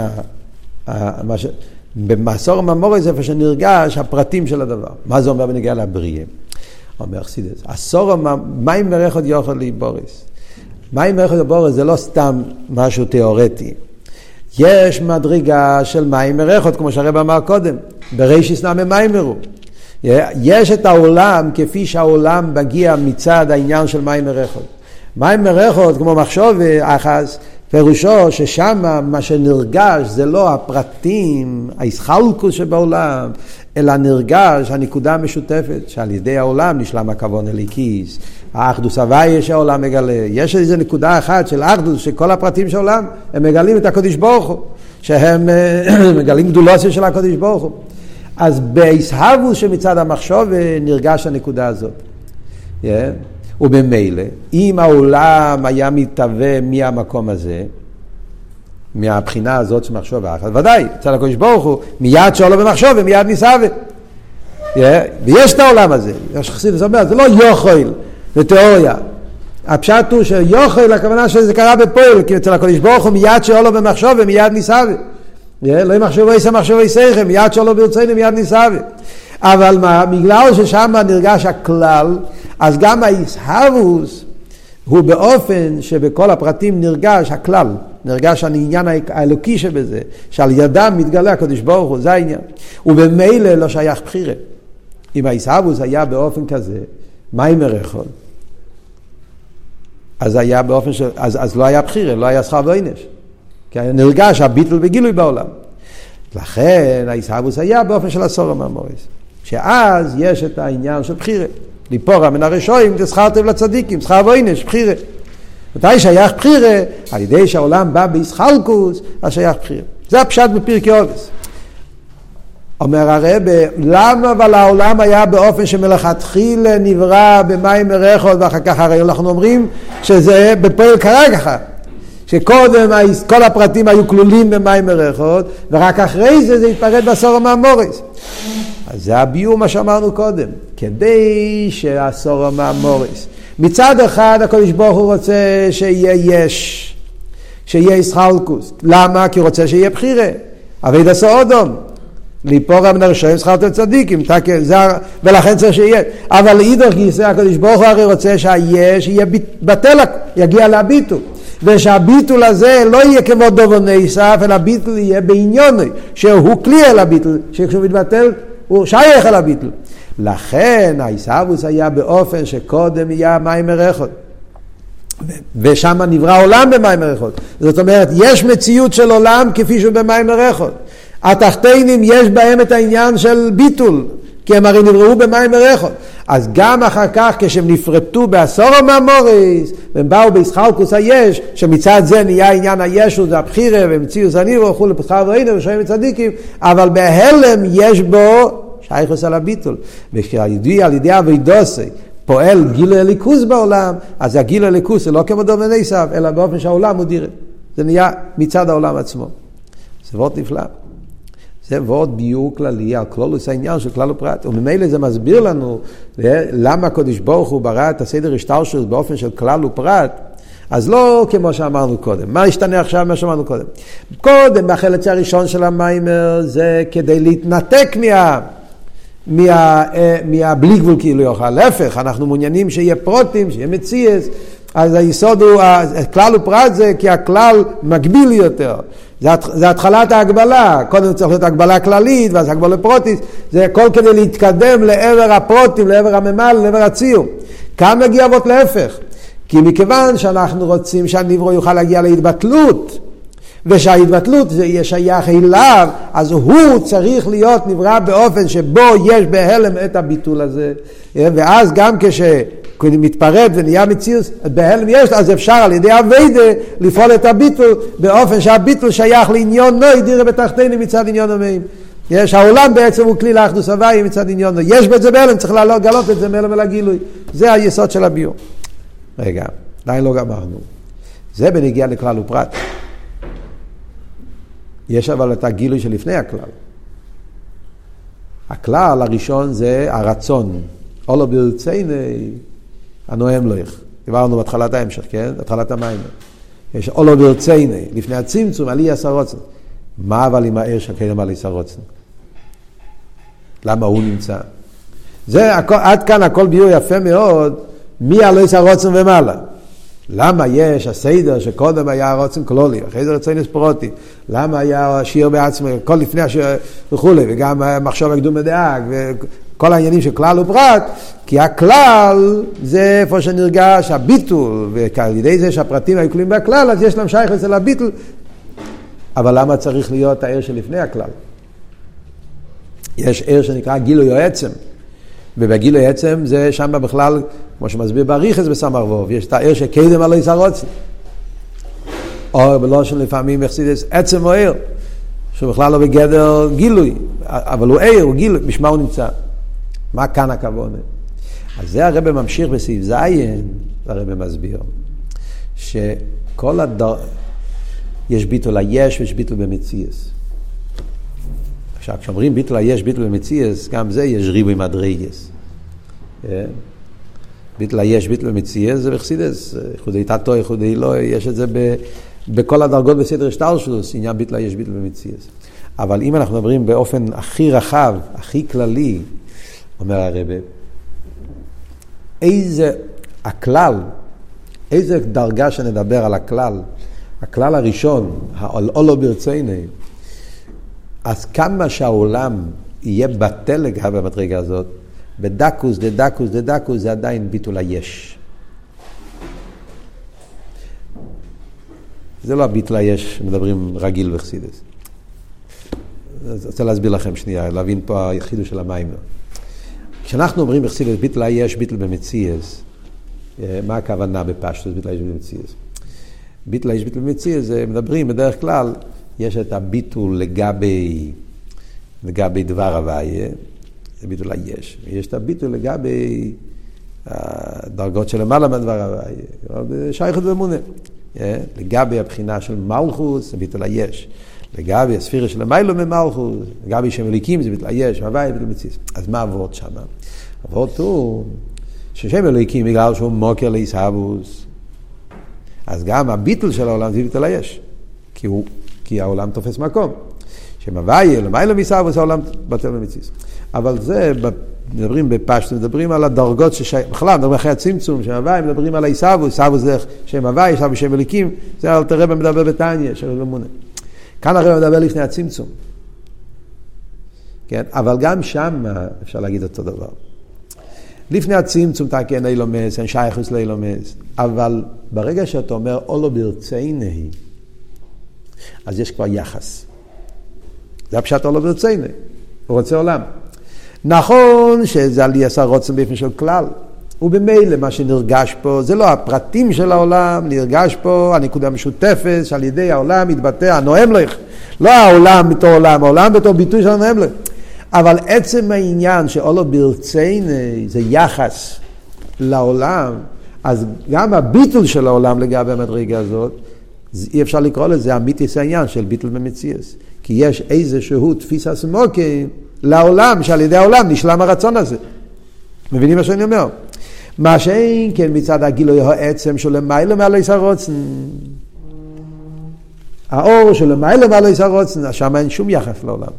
במסור המאמורס זה איפה שנרגש הפרטים של הדבר. מה זה אומר בנגיע לבריאה? אומר חסידס, הסור מיימר אחד יוכל להיבורס. מיימר אחד להיבורס זה לא סתם משהו תיאורטי. יש מדרגה של מיימר אחד, כמו שהרב אמר קודם, בראשיס נמי מיימרו. יש את העולם כפי שהעולם מגיע מצד העניין של מיימר אחד. מיימר אחד, כמו מחשוב אחס, פירושו ששם מה שנרגש זה לא הפרטים, הישחלקוס שבעולם, אלא נרגש הנקודה המשותפת, שעל ידי העולם נשלם הכוון אליקיס, האחדוס הוויה שהעולם מגלה. יש איזו נקודה אחת של האחדוס, שכל הפרטים של העולם, הם מגלים את הקדוש ברוך הוא, שהם מגלים גדולוסיה של הקדוש ברוך הוא. אז בהסהבוס שמצד המחשוב נרגש הנקודה הזאת. Yeah. ובמילא, אם העולם היה מתהווה מהמקום הזה, מהבחינה הזאת של מחשוב האחד, ודאי, אצל הקדוש ברוך הוא, מיד שעולה במחשוב ומיד ניסהווה. Yeah. ויש את העולם הזה. יש חסידות אומרת, זה לא יוכל, זה תיאוריה. הפשט הוא שיוכל, הכוונה שזה קרה בפועל, כי אצל הקדוש ברוך הוא מיד שעולה במחשוב ומיד ניסהווה. לא ימחשבו יסע מחשבו יסעכם, מיד שלא ברצונו מיד ניסהווה. אבל מה, בגלל ששם נרגש הכלל, אז גם הישהבוס הוא באופן שבכל הפרטים נרגש הכלל, נרגש העניין האלוקי שבזה, שעל ידם מתגלה הקדוש ברוך הוא, זה העניין. ובמילא לא שייך בחירה. אם הישהבוס היה באופן כזה, מה עם מרחול? אז היה באופן של, אז, אז לא היה בחירה, לא היה שכר ועונש. כי נרגש הביטול בגילוי בעולם. לכן הישהבוס היה באופן של עשור המאמורס. שאז יש את העניין של בחירה. ליפורה מן הרשועים, תשכרתם לצדיקים, שכר ועונש, בחירה. מתי שייך בחירה? על ידי שהעולם בא בישחלקוס, אז שייך בחירה. זה הפשט בפרקי אובס. אומר הרב, למה אבל העולם היה באופן שמלכתחילה נברא במים מרחות, ואחר כך הרי אנחנו אומרים שזה בפועל קרה ככה. שקודם כל הפרטים היו כלולים במים מרחות, ורק אחרי זה זה התפרד בעשור המאמורס. אז זה הביור מה שאמרנו קודם. כדי שעשור המאמורס. מצד אחד הקדוש ברוך הוא רוצה שיהיה יש, שיהיה ישחלקוס. למה? כי הוא רוצה שיהיה בחירה. אבד עשו אודום. ליפורה מן הרשועים שכרתם צדיקים, ולכן צריך שיהיה. אבל אידך גיסא הקדוש ברוך הוא הרי רוצה שהיש יהיה בטל, יגיע לביטול. ושהביטול הזה לא יהיה כמו דובו ניסף, אלא הביטול יהיה בעניוני, שהוא כלי אל הביטול, שכשהוא מתבטל הוא שייך אל הביטול. לכן הישהבוס היה באופן שקודם יהיה מים מרחות, ושם נברא עולם במים מרחות. זאת אומרת, יש מציאות של עולם כפי שהוא במים מרחות. התחתינים יש בהם את העניין של ביטול, כי הם הרי נבראו במים מרחות. אז גם אחר כך כשהם נפרטו בעשור המאמורס, והם באו בישחלקוס היש, שמצד זה נהיה עניין הישו, זה הבחירה, ומציאוס הנירו, וכו' לפסחר ואינו, ושעים צדיקים, אבל בהלם יש בו שייכוס על הביטול. וכשהידיע על ידי אבידוסי פועל גיל הליכוס בעולם, אז הגיל הליכוס זה לא כמו דומה ניסף, אלא באופן שהעולם הוא דירה. זה נהיה מצד העולם עצמו. זה וורט נפלא. זה וורט ביור כללי על כלולוס העניין של כלל ופרט. וממילא זה מסביר לנו למה הקדוש ברוך הוא ברא את הסדר השתלשלות באופן של כלל ופרט. אז לא כמו שאמרנו קודם. מה השתנה עכשיו מה שאמרנו קודם? קודם, בחלק הראשון של המיימר, זה כדי להתנתק מה... מה, מהבלי גבול כאילו יוכל. להפך, אנחנו מעוניינים שיהיה פרוטים, שיהיה מציאס. אז היסוד הוא, הכלל ופרט זה כי הכלל מגביל יותר. זה, זה התחלת ההגבלה. קודם צריך להיות הגבלה כללית, ואז הגבלה פרוטיס. זה הכל כדי להתקדם לעבר הפרוטים, לעבר הממל, לעבר הציור. כאן מגיע אבות להפך. כי מכיוון שאנחנו רוצים שהנברו יוכל להגיע להתבטלות, ושההתבטלות זה יהיה שייך אליו, אז הוא צריך להיות נברא באופן שבו יש בהלם את הביטול הזה. ואז גם כשמתפרד ונהיה מציאות, בהלם יש, אז אפשר על ידי הווידה לפעול את הביטול באופן שהביטול שייך לעניון נוי, דירה בתחתינו מצד עניון המים. יש, העולם בעצם הוא כלי לאחדוס הוואי מצד עניון נוי. יש בזה בהלם, צריך לגלות את זה מהלם אל הגילוי. זה היסוד של הביור. רגע, עדיין לא גמרנו. זה בנגיע לכלל ופרט. יש אבל את הגילוי שלפני הכלל. הכלל הראשון זה הרצון. אולו ברצייני הנועם לויך. דיברנו בהתחלת ההמשך, כן? התחלת המים. יש אולו ברצייני, לפני הצמצום, עלי עשרוצן. מה אבל עם האש הקדם עלי עשרוצן? למה הוא נמצא? זה, עד כאן הכל ביור יפה מאוד, מי עלי עשרוצן ומעלה. למה יש הסדר שקודם היה הרוצן כלולי, אחרי זה רצון ספרוטי, למה היה השיר בעצמו, כל לפני השיר וכו', וגם מחשוב הקדום מדאג, וכל העניינים של כלל ופרט, כי הכלל זה איפה שנרגש הביטול, ועל ידי זה שהפרטים היו כלולים בכלל, אז יש להם שייך אצל הביטול. אבל למה צריך להיות העיר שלפני הכלל? יש עיר שנקרא גילוי העצם, ובגילוי העצם זה שם בכלל, כמו שמסביר בריחס בסמר ווב, יש את העיר שקדם עלי שרוצן. או בלושן לפעמים יחסידס עצם או עיר, שהוא בכלל לא בגדר גילוי, אבל הוא עיר, הוא גילוי, בשמה הוא נמצא. מה כאן הכוונה? אז זה הרב ממשיך בסעיף זין, הרב מסביר, שכל הדר... יש ביטול היש ויש ביטול במציאס. עכשיו, כשאומרים ביטול היש, ביטול במציאס, גם זה יש ריבוי מדרגס. ביטול היש, ביטול במציאס, זה בחסידס, ייחודי תתו, ייחודי לא, יש את זה ב, בכל הדרגות בסדר השטלשלוס, עניין ביטול היש, ביטול במציאס. אבל אם אנחנו מדברים באופן הכי רחב, הכי כללי, אומר הרב, איזה הכלל, איזה דרגה שנדבר על הכלל, הכלל הראשון, האולו ברצינו, אז כמה שהעולם יהיה בטל לגבי המדרגה הזאת, בדקוס, דדקוס, דדקוס, זה עדיין ביטול היש. זה לא הביטול היש, מדברים רגיל וחסידס. אני רוצה להסביר לכם שנייה, להבין פה היחידו של המים. כשאנחנו אומרים בחסידס, ביטול היש, ביטול במציאס, מה הכוונה בפשטוס, ביטול היש, ביטול במציאס? ביטול היש, ביטול במציאס, מדברים בדרך כלל, יש את הביטול לגבי, לגבי דבר הוויה, זה ביטול היש. יש את הביטול לגבי הדרגות של למעלה מהדבר הוויה, שייכות ואמונה. לגבי הבחינה של מלכוס, זה ביטול היש. לגבי הספירה של המיילו ממלכוס, לגבי שם אליקים, זה ביטול היש, הוויה, ביטול מציאס. אז מה עבוד שם? עבוד הוא ששם אליקים, בגלל שהוא מוקר להישאבוס, אז גם הביטול של העולם זה ביטול היש. כי הוא כי העולם תופס מקום. שמוויה, למיילו מסעבוס, העולם בטל במציאס. אבל זה, מדברים בפשט, מדברים על הדרגות ששייך, בכלל, מדברים אחרי הצמצום, שמוויה, מדברים על הישאבוס, סעבוס זה שם הוויה, סעבוס שם אליקים, זה אל תראה מדבר בתניא, של אלמונה. כאן הרב מדבר לפני הצמצום. כן? אבל גם שם אפשר להגיד אותו דבר. לפני הצמצום תקן אילומס, אין שייכוס לאילומס, אבל ברגע שאתה אומר, אולו ברצינו, אז יש כבר יחס. זה הפשט אולו ברצינו. הוא רוצה עולם. נכון שזה על יסר רוצן באופן של כלל. ובמילא מה שנרגש פה, זה לא הפרטים של העולם, נרגש פה הנקודה המשותפת, שעל ידי העולם מתבטא הנועם לך. לא העולם בתור עולם, העולם בתור ביטוי של הנועם לך. אבל עצם העניין שאולו ברצינו זה יחס לעולם, אז גם הביטול של העולם לגבי המדרגה הזאת, אי אפשר לקרוא לזה אמיתיס העניין של ביטול במציאס. כי יש איזשהו תפיסה סמוקי לעולם, שעל ידי העולם נשלם הרצון הזה. מבינים מה שאני אומר? מה שאין כן מצד הגילוי העצם של למיילו מעל הישרוצן. האור של למיילו מעל הישרוצן, שם אין שום יחס לעולם.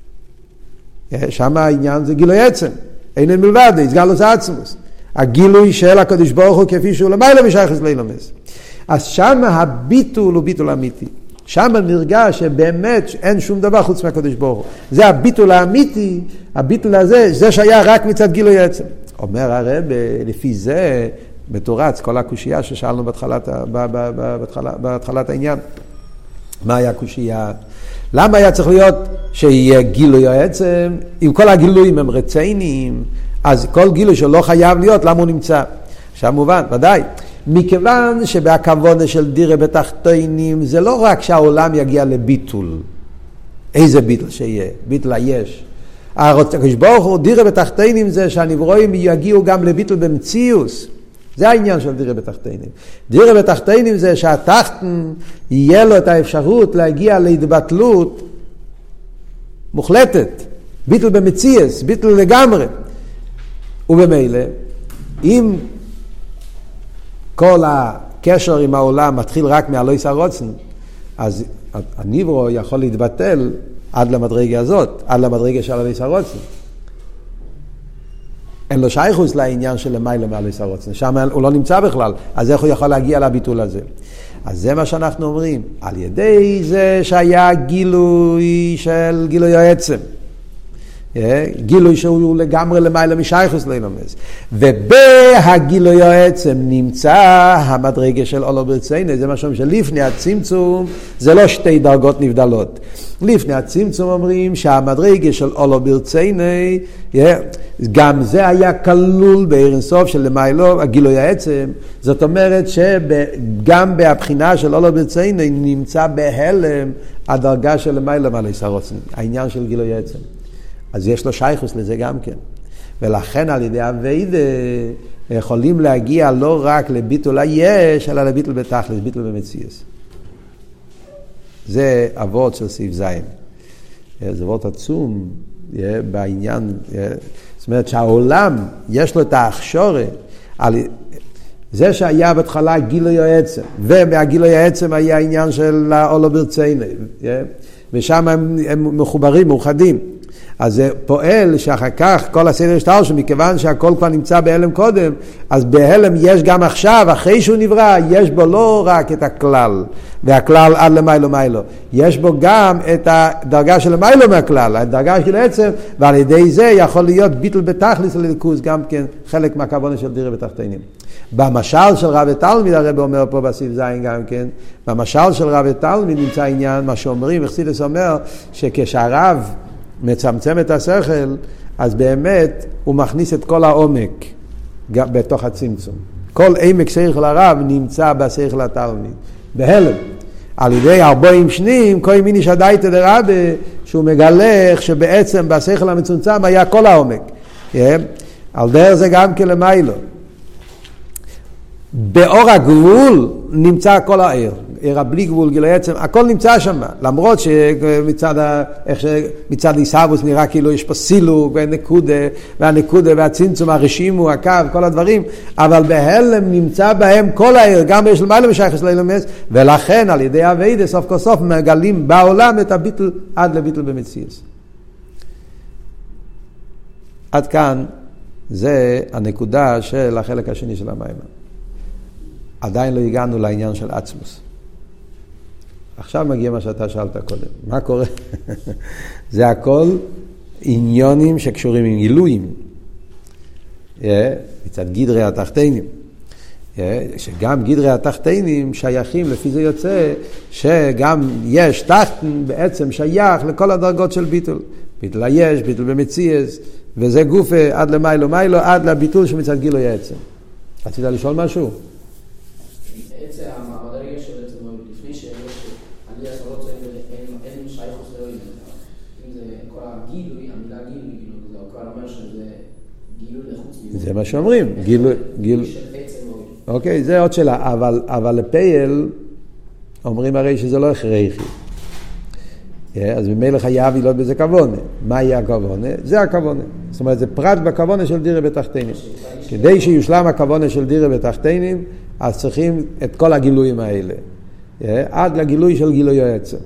שם העניין זה גילוי עצם. אין אין מלבד, הסגלוס עצמוס. הגילוי של הקדוש ברוך הוא כפי שהוא למיילו משייכס לאילומס. אז שם הביטול הוא ביטול אמיתי. שם נרגש שבאמת אין שום דבר חוץ מהקדוש ברוך הוא. זה הביטול האמיתי, הביטול הזה, זה שהיה רק מצד גילוי עצם. אומר הרב, לפי זה, בתורץ, כל הקושייה ששאלנו בהתחלת, בהתחלת, בהתחלת העניין. מה היה הקושייה? למה היה צריך להיות שיהיה גילוי העצם? אם כל הגילויים הם רציניים, אז כל גילוי שלא חייב להיות, למה הוא נמצא? עכשיו מובן, ודאי. מכיוון שבהכוונה של דירה בתחתינים, זה לא רק שהעולם יגיע לביטול. איזה ביטול שיהיה? ביטול היש. הקדוש ברוך הוא, דירה בתחתינים זה שהנברואים יגיעו גם לביטול במציאוס. זה העניין של דירה בתחתינים. דירה בתחתינים זה שהתחתן יהיה לו את האפשרות להגיע להתבטלות מוחלטת. ביטול במציאוס, ביטול לגמרי. ובמילא, אם כל הקשר עם העולם מתחיל רק מהלא ישרוצן, אז הנברו יכול להתבטל עד למדרגה הזאת, עד למדרגה של הלא ישרוצן. אין לו שייכוס לעניין של למיילו מהלא ישרוצן, שם הוא לא נמצא בכלל, אז איך הוא יכול להגיע לביטול הזה? אז זה מה שאנחנו אומרים, על ידי זה שהיה גילוי של גילוי העצם, גילוי שהוא לגמרי למיילו משייכוס לאילומס, ובהגילוי העצם נמצא המדרגה של אולו ברצינו. זה משהו שלפני הצמצום זה לא שתי דרגות נבדלות. לפני הצמצום אומרים שהמדרגה של אולו ברצינו גם זה היה כלול בעיר אינסוף של למיילו הגילוי העצם. זאת אומרת שגם בהבחינה של אולו ברצינו נמצא בהלם הדרגה של למיילו מעל הישרוצן, העניין של גילוי העצם. אז יש לו שייכוס לזה גם כן. ולכן על ידי הווידה יכולים להגיע לא רק לביטול היש, אלא לביטול בתכלס, ביטול במציאס. זה אבות של סעיף זין. זה אבות עצום בעניין. זאת אומרת שהעולם יש לו את ההכשורה על זה שהיה בהתחלה גילוי העצם, ומהגילוי העצם היה העניין של אולו ברצינו. ושם הם, הם מחוברים, מאוחדים. אז זה פועל שאחר כך כל הסדר השתלשל, מכיוון שהכל כבר נמצא בהלם קודם, אז בהלם יש גם עכשיו, אחרי שהוא נברא, יש בו לא רק את הכלל, והכלל עד למיילו מיילו, יש בו גם את הדרגה של מיילו מהכלל, הדרגה של עצם, ועל ידי זה יכול להיות ביטל בתכלס לליכוז, גם כן חלק מהכוונה של דירה בתחתינים. במשל של רב ותלמיד, הרב אומר פה בסעיף זין גם כן, במשל של רב ותלמיד נמצא עניין, מה שאומרים, וחסידס אומר, שכשהרב מצמצם את השכל, אז באמת הוא מכניס את כל העומק בתוך הצמצום. כל עמק שכל הרב נמצא בשכל התלמיד, בהלם. על ידי ארבעים שנים, כל מיני שדאיתא דרבה, שהוא מגלח שבעצם בשכל המצומצם היה כל העומק. Yeah. על דרך זה גם כלמיילו. באור הגבול נמצא כל העיר. עיר הבלי גבול, גילוי עצם, הכל נמצא שם. למרות שמצד ה... איך שמצד איסאבוס נראה כאילו יש פה סילוק ונקודה, והנקודה והצמצום, הרשימו, הקו, כל הדברים, אבל בהלם נמצא בהם כל העיר, גם יש למעלה משייכס לאילומס, ולכן על ידי הווידה סוף כל סוף מגלים בעולם את הביטל עד לביטל במציאות. עד כאן זה הנקודה של החלק השני של המים. עדיין לא הגענו לעניין של עצמוס. עכשיו מגיע מה שאתה שאלת קודם. מה קורה? זה הכל עניונים שקשורים עם גילויים. מצד גדרי התחתינים. שגם גדרי התחתינים שייכים, לפי זה יוצא, שגם יש תחתן בעצם שייך לכל הדרגות של ביטול. ביטול היש, ביטול במציאס, וזה גוף עד למיילו מיילו, עד לביטול שמצד גילוי העצם. רצית לשאול משהו? עצם, המדרגה של עצם, לפני שיש עלייה סולות צועים, אין שייך עושה לו אם זה כל הגילוי, המילה גילוי, זה כל אומר שזה גילוי לחוץ מזה. זה מה שאומרים, גילוי, גילוי. של עצם לא. אוקיי, זה עוד שאלה, אבל, אבל לפייל אומרים הרי שזה לא הכרחי. אז ממילא חייב להיות בזה כוונה. מה יהיה הכוונה? זה הכוונה. זאת אומרת, זה פרט בכוונה של דירה בתחתינים. כדי שיושלם הכוונה של דירה בתחתינים, אז צריכים את כל הגילויים האלה. עד לגילוי של גילוי העצם.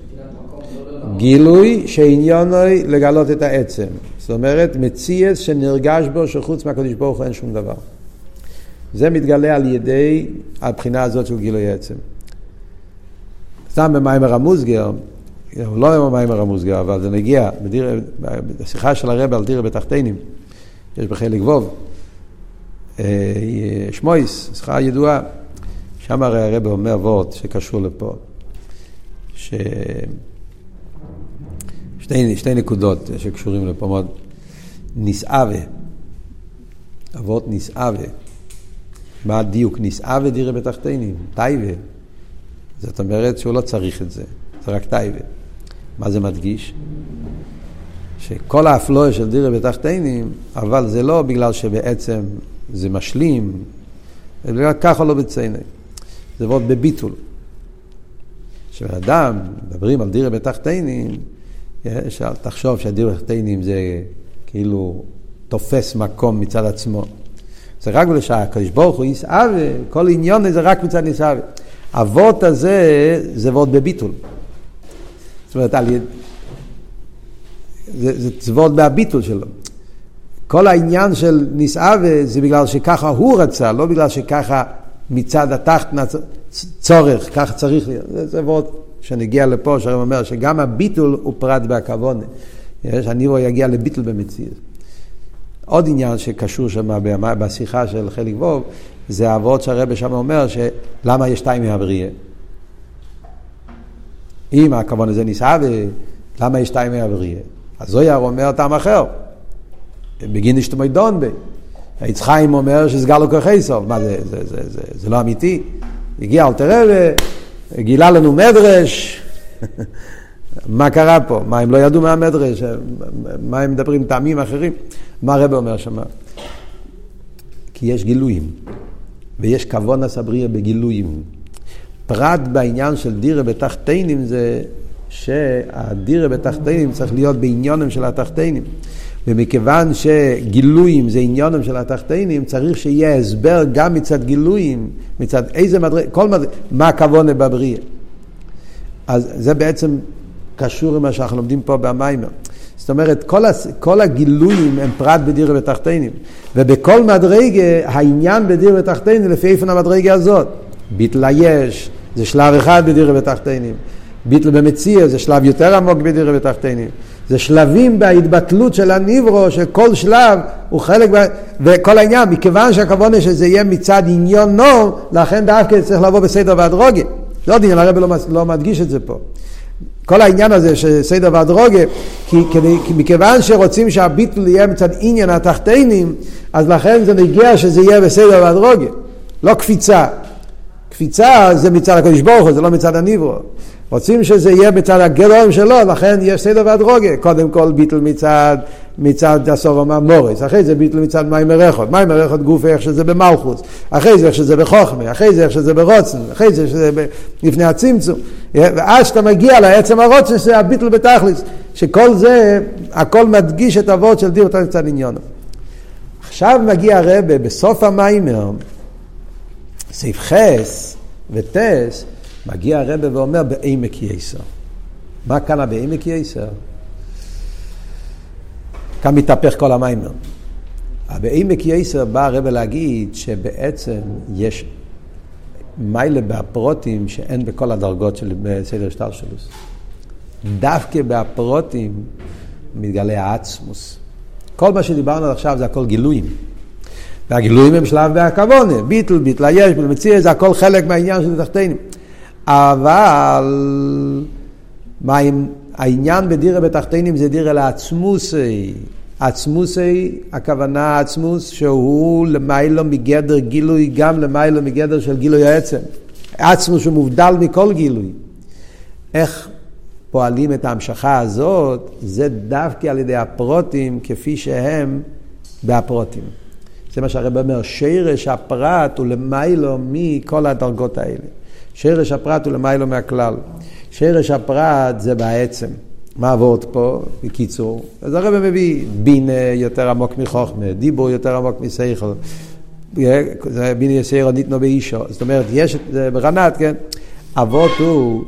גילוי שעניונוי לגלות את העצם. זאת אומרת, מציאס שנרגש בו שחוץ מהקדוש ברוך הוא אין שום דבר. זה מתגלה על ידי הבחינה הזאת של גילוי העצם. סתם במיימר המוסגר, לא במיימר המוסגר, אבל זה נגיע, בדיר, בשיחה של הרב על דירה בתחתינים, יש בחלק ווב, שמויס, שיחה ידועה, שם הרי הרב אומר וורט שקשור לפה, ש... שתי, שתי נקודות שקשורים לפה מאוד, נסעווה, אבות נסעווה, מה הדיוק? נסעווה דירה בתחתינים, טייבה, זאת אומרת שהוא לא צריך את זה, זה רק טייבה. מה זה מדגיש? שכל האפלואה של דירה בתחתינים, אבל זה לא בגלל שבעצם זה משלים, זה בגלל ככה לא בצייני. זה עבוד בביטול. כשאדם מדברים על דירה בתחתינים, תחשוב שהדירה בתחתינים זה כאילו תופס מקום מצד עצמו. זה רק בגלל שהקדוש ברוך הוא יסעווה, כל עניון זה רק מצד נסעווה. אבות הזה זה עבוד בביטול. זאת אומרת, על יד... זה, זה צוות בהביטול שלו. כל העניין של נסעווה זה בגלל שככה הוא רצה, לא בגלל שככה מצד התחת צורך, ככה צריך להיות. זה צוות שנגיע לפה, שהרב אומר שגם הביטול הוא פרט בהכוונה. שאני רואה יגיע לביטול במציאות. עוד עניין שקשור שם בשיחה של חלק ווב, זה העבוד שהרב שם אומר שלמה יש שתיים מהבריאה. אם הכוון הזה נסעווה, למה יש שתיים מהבריאה? אז זויר אומר טעם אחר. בגין אשתמוי דון בי. היצחיים אומר שסגר לו כוחי סוף. מה זה? זה, זה, זה, זה לא אמיתי. הגיע אל תראה, גילה לנו מדרש. מה קרה פה? מה הם לא ידעו מהמדרש? מה הם מדברים טעמים אחרים? מה הרב אומר שם? כי יש גילויים. ויש כוון הסבריה בגילויים. פרט בעניין של דירה בתחתינים זה שהדירה בתחתינים צריך להיות בעניונם של התחתינים. ומכיוון שגילויים זה עניונם של התחתינים, צריך שיהיה הסבר גם מצד גילויים, מצד איזה מדרג, כל מדרג, מה הכוונה בבריא. אז זה בעצם קשור עם מה שאנחנו לומדים פה במיימר. זאת אומרת, כל, הס... כל הגילויים הם פרט בדיר ותחתינים, ובכל מדרגה העניין בדיר ותחתינים לפי איפן המדרגה הזאת. ביטל היש זה שלב אחד בדיר ותחתינים, ביטל במציע זה שלב יותר עמוק בדיר ותחתינים, זה שלבים בהתבטלות של הניברו, שכל שלב הוא חלק, ב... וכל העניין, מכיוון שהכוונה שזה יהיה מצד עניון נור, לכן דווקא צריך לבוא בסדר והדרוגה. זה עוד עניין, הרב לא, לא מדגיש את זה פה. כל העניין הזה שסדר והדרוגה, כי, כי, כי מכיוון שרוצים שהביטול יהיה מצד עניין התחתינים, אז לכן זה נגיע שזה יהיה בסדר והדרוגה, לא קפיצה. קפיצה זה מצד הקדוש ברוך הוא, זה לא מצד הניברו. רוצים שזה יהיה מצד הגדולים שלו, לכן יש סדר והדרוגה. קודם כל ביטל מצד, מצד הסוף הממורס, אחרי זה ביטל מצד מים מרחות, מים מרחות גוף איך שזה במלכוס, אחרי זה איך שזה בחוכמה, אחרי זה איך שזה ברוצן, אחרי זה שזה לפני הצמצום, ואז שאתה מגיע לעצם הרוצן שזה הביטל בתכליס, שכל זה, הכל מדגיש את אבות של דיר אותם מצד עניון. עכשיו מגיע הרב בסוף המיימר, סעיף חס וטס, מגיע הרב ואומר בעמק יסר. מה כאן בעמק יסר? כאן מתהפך כל המיימר. בעמק יסר בא הרב להגיד שבעצם יש מיילה בהפרוטים שאין בכל הדרגות של סדר השתלשלות. דווקא בהפרוטים מתגלה העצמוס. כל מה שדיברנו עד עכשיו זה הכל גילויים. והגילויים הם שלב בהכוונה. ביטל, ביטל היש, ביטל מציע, זה הכל חלק מהעניין של תחתינים. אבל מה אם העניין בדירה בתחתינים זה דירה לעצמוסי. עצמוסי, הכוונה עצמוס שהוא למיילו מגדר גילוי, גם למיילו מגדר של גילוי העצם. עצמוס שהוא מובדל מכל גילוי. איך פועלים את ההמשכה הזאת? זה דווקא על ידי הפרוטים כפי שהם בהפרוטים. זה מה שהרב אומר, שרש הפרט הוא למיילו מכל הדרגות האלה. שרש הפרט הוא למיילו מהכלל. שרש הפרט זה בעצם. מה עבוד פה? בקיצור. אז הרב מביא בינה יותר עמוק מחוכמה, דיבור יותר עמוק מסייכל. בינה יסיירו ניתנו באישו. זאת אומרת, יש ברנת, כן? עבוד הוא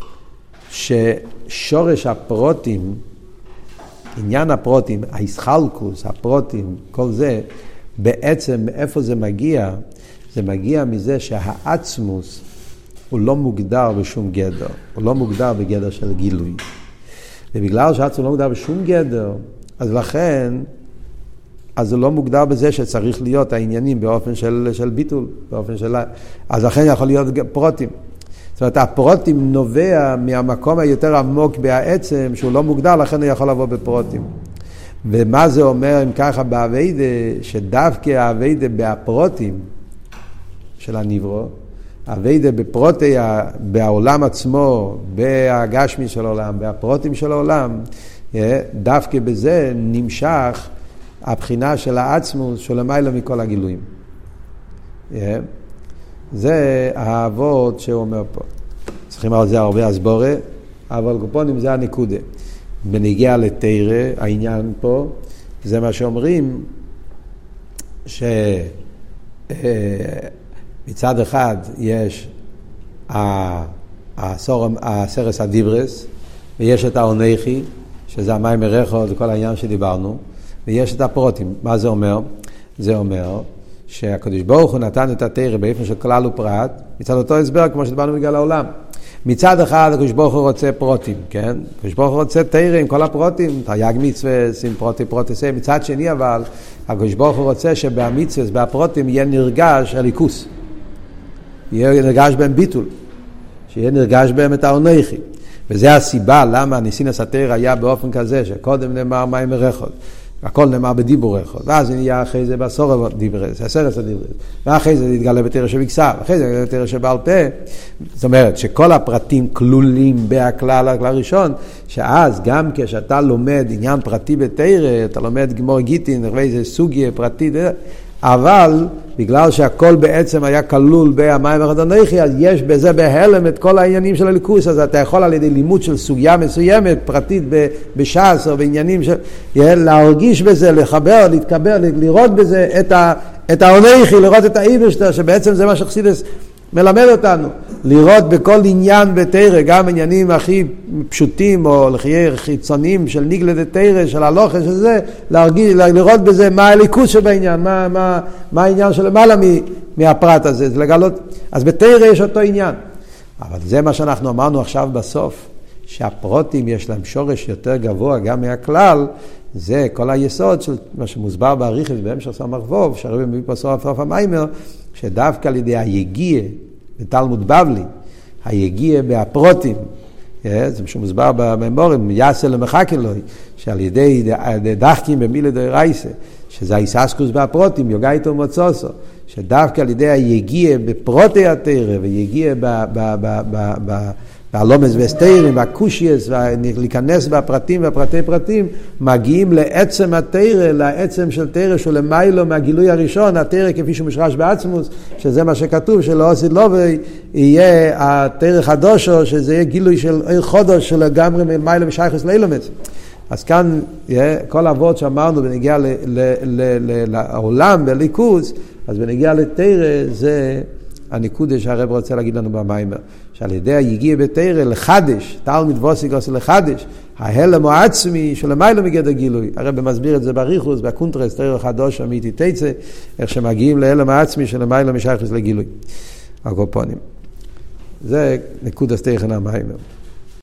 ששורש הפרוטים, עניין הפרוטים, הישחלקוס, הפרוטים, כל זה, בעצם מאיפה זה מגיע? זה מגיע מזה שהעצמוס הוא לא מוגדר בשום גדר, הוא לא מוגדר בגדר של גילוי. ובגלל שהעצמוס לא מוגדר בשום גדר, אז לכן, אז הוא לא מוגדר בזה שצריך להיות העניינים באופן של, של ביטול, באופן של... אז לכן יכול להיות פרוטים. זאת אומרת, הפרוטים נובע מהמקום היותר עמוק בעצם, שהוא לא מוגדר, לכן הוא יכול לבוא בפרוטים. ומה זה אומר אם ככה בעבודה, שדווקא העבודה בהפרוטים של הנברו, העבודה בפרוטי, בעולם עצמו, בהגשמי של העולם, בהפרוטים של העולם, דווקא בזה נמשך הבחינה של העצמוס של למעלה מכל הגילויים. זה העבוד שהוא אומר פה. צריכים על זה הרבה הסבורה, אבל קופונים זה הנקודה. בנגיע לתירה, העניין פה, זה מה שאומרים, שמצד אחד יש הסרס הדיברס, ויש את האונכי, שזה המים מרחות וכל העניין שדיברנו, ויש את הפרוטים. מה זה אומר? זה אומר שהקדוש ברוך הוא נתן את התירה באופן של כלל ופרט, מצד אותו הסבר כמו שדיברנו בגלל העולם. מצד אחד הקדוש ברוך הוא רוצה פרוטים, כן? הקדוש ברוך הוא רוצה תירה עם כל הפרוטים, תרי"ג מצווה, עם פרוטי פרוטיסי. מצד שני אבל, הקדוש ברוך הוא רוצה שבמצווה, בהפרוטים, יהיה נרגש הליכוס. יהיה נרגש בהם ביטול. שיהיה נרגש בהם את האונכי. וזה הסיבה למה ניסינס התירה היה באופן כזה, שקודם נאמר מים מרחות. הכל נאמר בדיבור אחד, ואז נהיה אחרי זה בעשור דיברס, עשרת הדיברס, ואחרי זה נתגלה בתירה שבכסף, אחרי זה בתירה שבעל פה. זאת אומרת שכל הפרטים כלולים בהכלל, הכלל הראשון, שאז גם כשאתה לומד עניין פרטי בתירה, אתה לומד גמור גיטין, איזה סוגיה פרטית, אבל בגלל שהכל בעצם היה כלול במים החדנכי, אז יש בזה בהלם את כל העניינים של הליכוס, אז אתה יכול על ידי לימוד של סוגיה מסוימת, פרטית בש"ס או בעניינים של... להרגיש בזה, לחבר, להתקבר, לראות בזה את, ה... את האונכי, לראות את האיברשטר, שבעצם זה מה שחסידס מלמד אותנו. לראות בכל עניין בתורה, גם עניינים הכי פשוטים או לחיי חיצוניים של ניגלה דתורה, של הלוכה של זה, להרגיש, לראות בזה מה הליכוז שבעניין, מה, מה, מה העניין של למעלה מהפרט הזה, זה לגלות. אז בתורה יש אותו עניין. אבל זה מה שאנחנו אמרנו עכשיו בסוף, שהפרוטים יש להם שורש יותר גבוה גם מהכלל, זה כל היסוד של מה שמוסבר באריכות בהמשך סמ"ך ווב, שהרבי מביא פה סוף סוף המיימר, שדווקא על ידי היגיע, בתלמוד בבלי, היגיע בהפרוטים, זה מה שמוסבר בממורים, יעשה למחכה לו, שעל ידי דחקים במילה דרייסה, שזה היססקוס בהפרוטים, יוגע איתו מוצוסו, שדווקא על ידי היגיע בפרוטי התורה, ויגיע בהלומס וסתירים, והקושייס, ולהיכנס בפרטים והפרטי פרטים, מגיעים לעצם התורה, לעצם של תורה שהוא למיילו מהגילוי הראשון, התורה כפי שהוא משרש בעצמוס, שזה מה שכתוב, שלא עשית לו ויהיה התורה חדושו, שזה יהיה גילוי של עיר חודש, של לגמרי מיילו ושייכס לאילומץ. אז כאן כל אבות שאמרנו בנגיע לעולם, בליכוז, אז בנגיע לתורה זה הנקודה שהרב רוצה להגיד לנו במיימר, שעל ידי היגיע בתורה לחדש, תלמיד ווסיגוס לחדש, ההלם העצמי שלמיילו מגדר גילוי. הרב מסביר את זה בריחוס, בקונטרס, תורה חדוש אמיתי תצא, איך שמגיעים להלם העצמי שלמיילו משייכס לגילוי. הקופונים. זה נקודה סתיכן המיימר.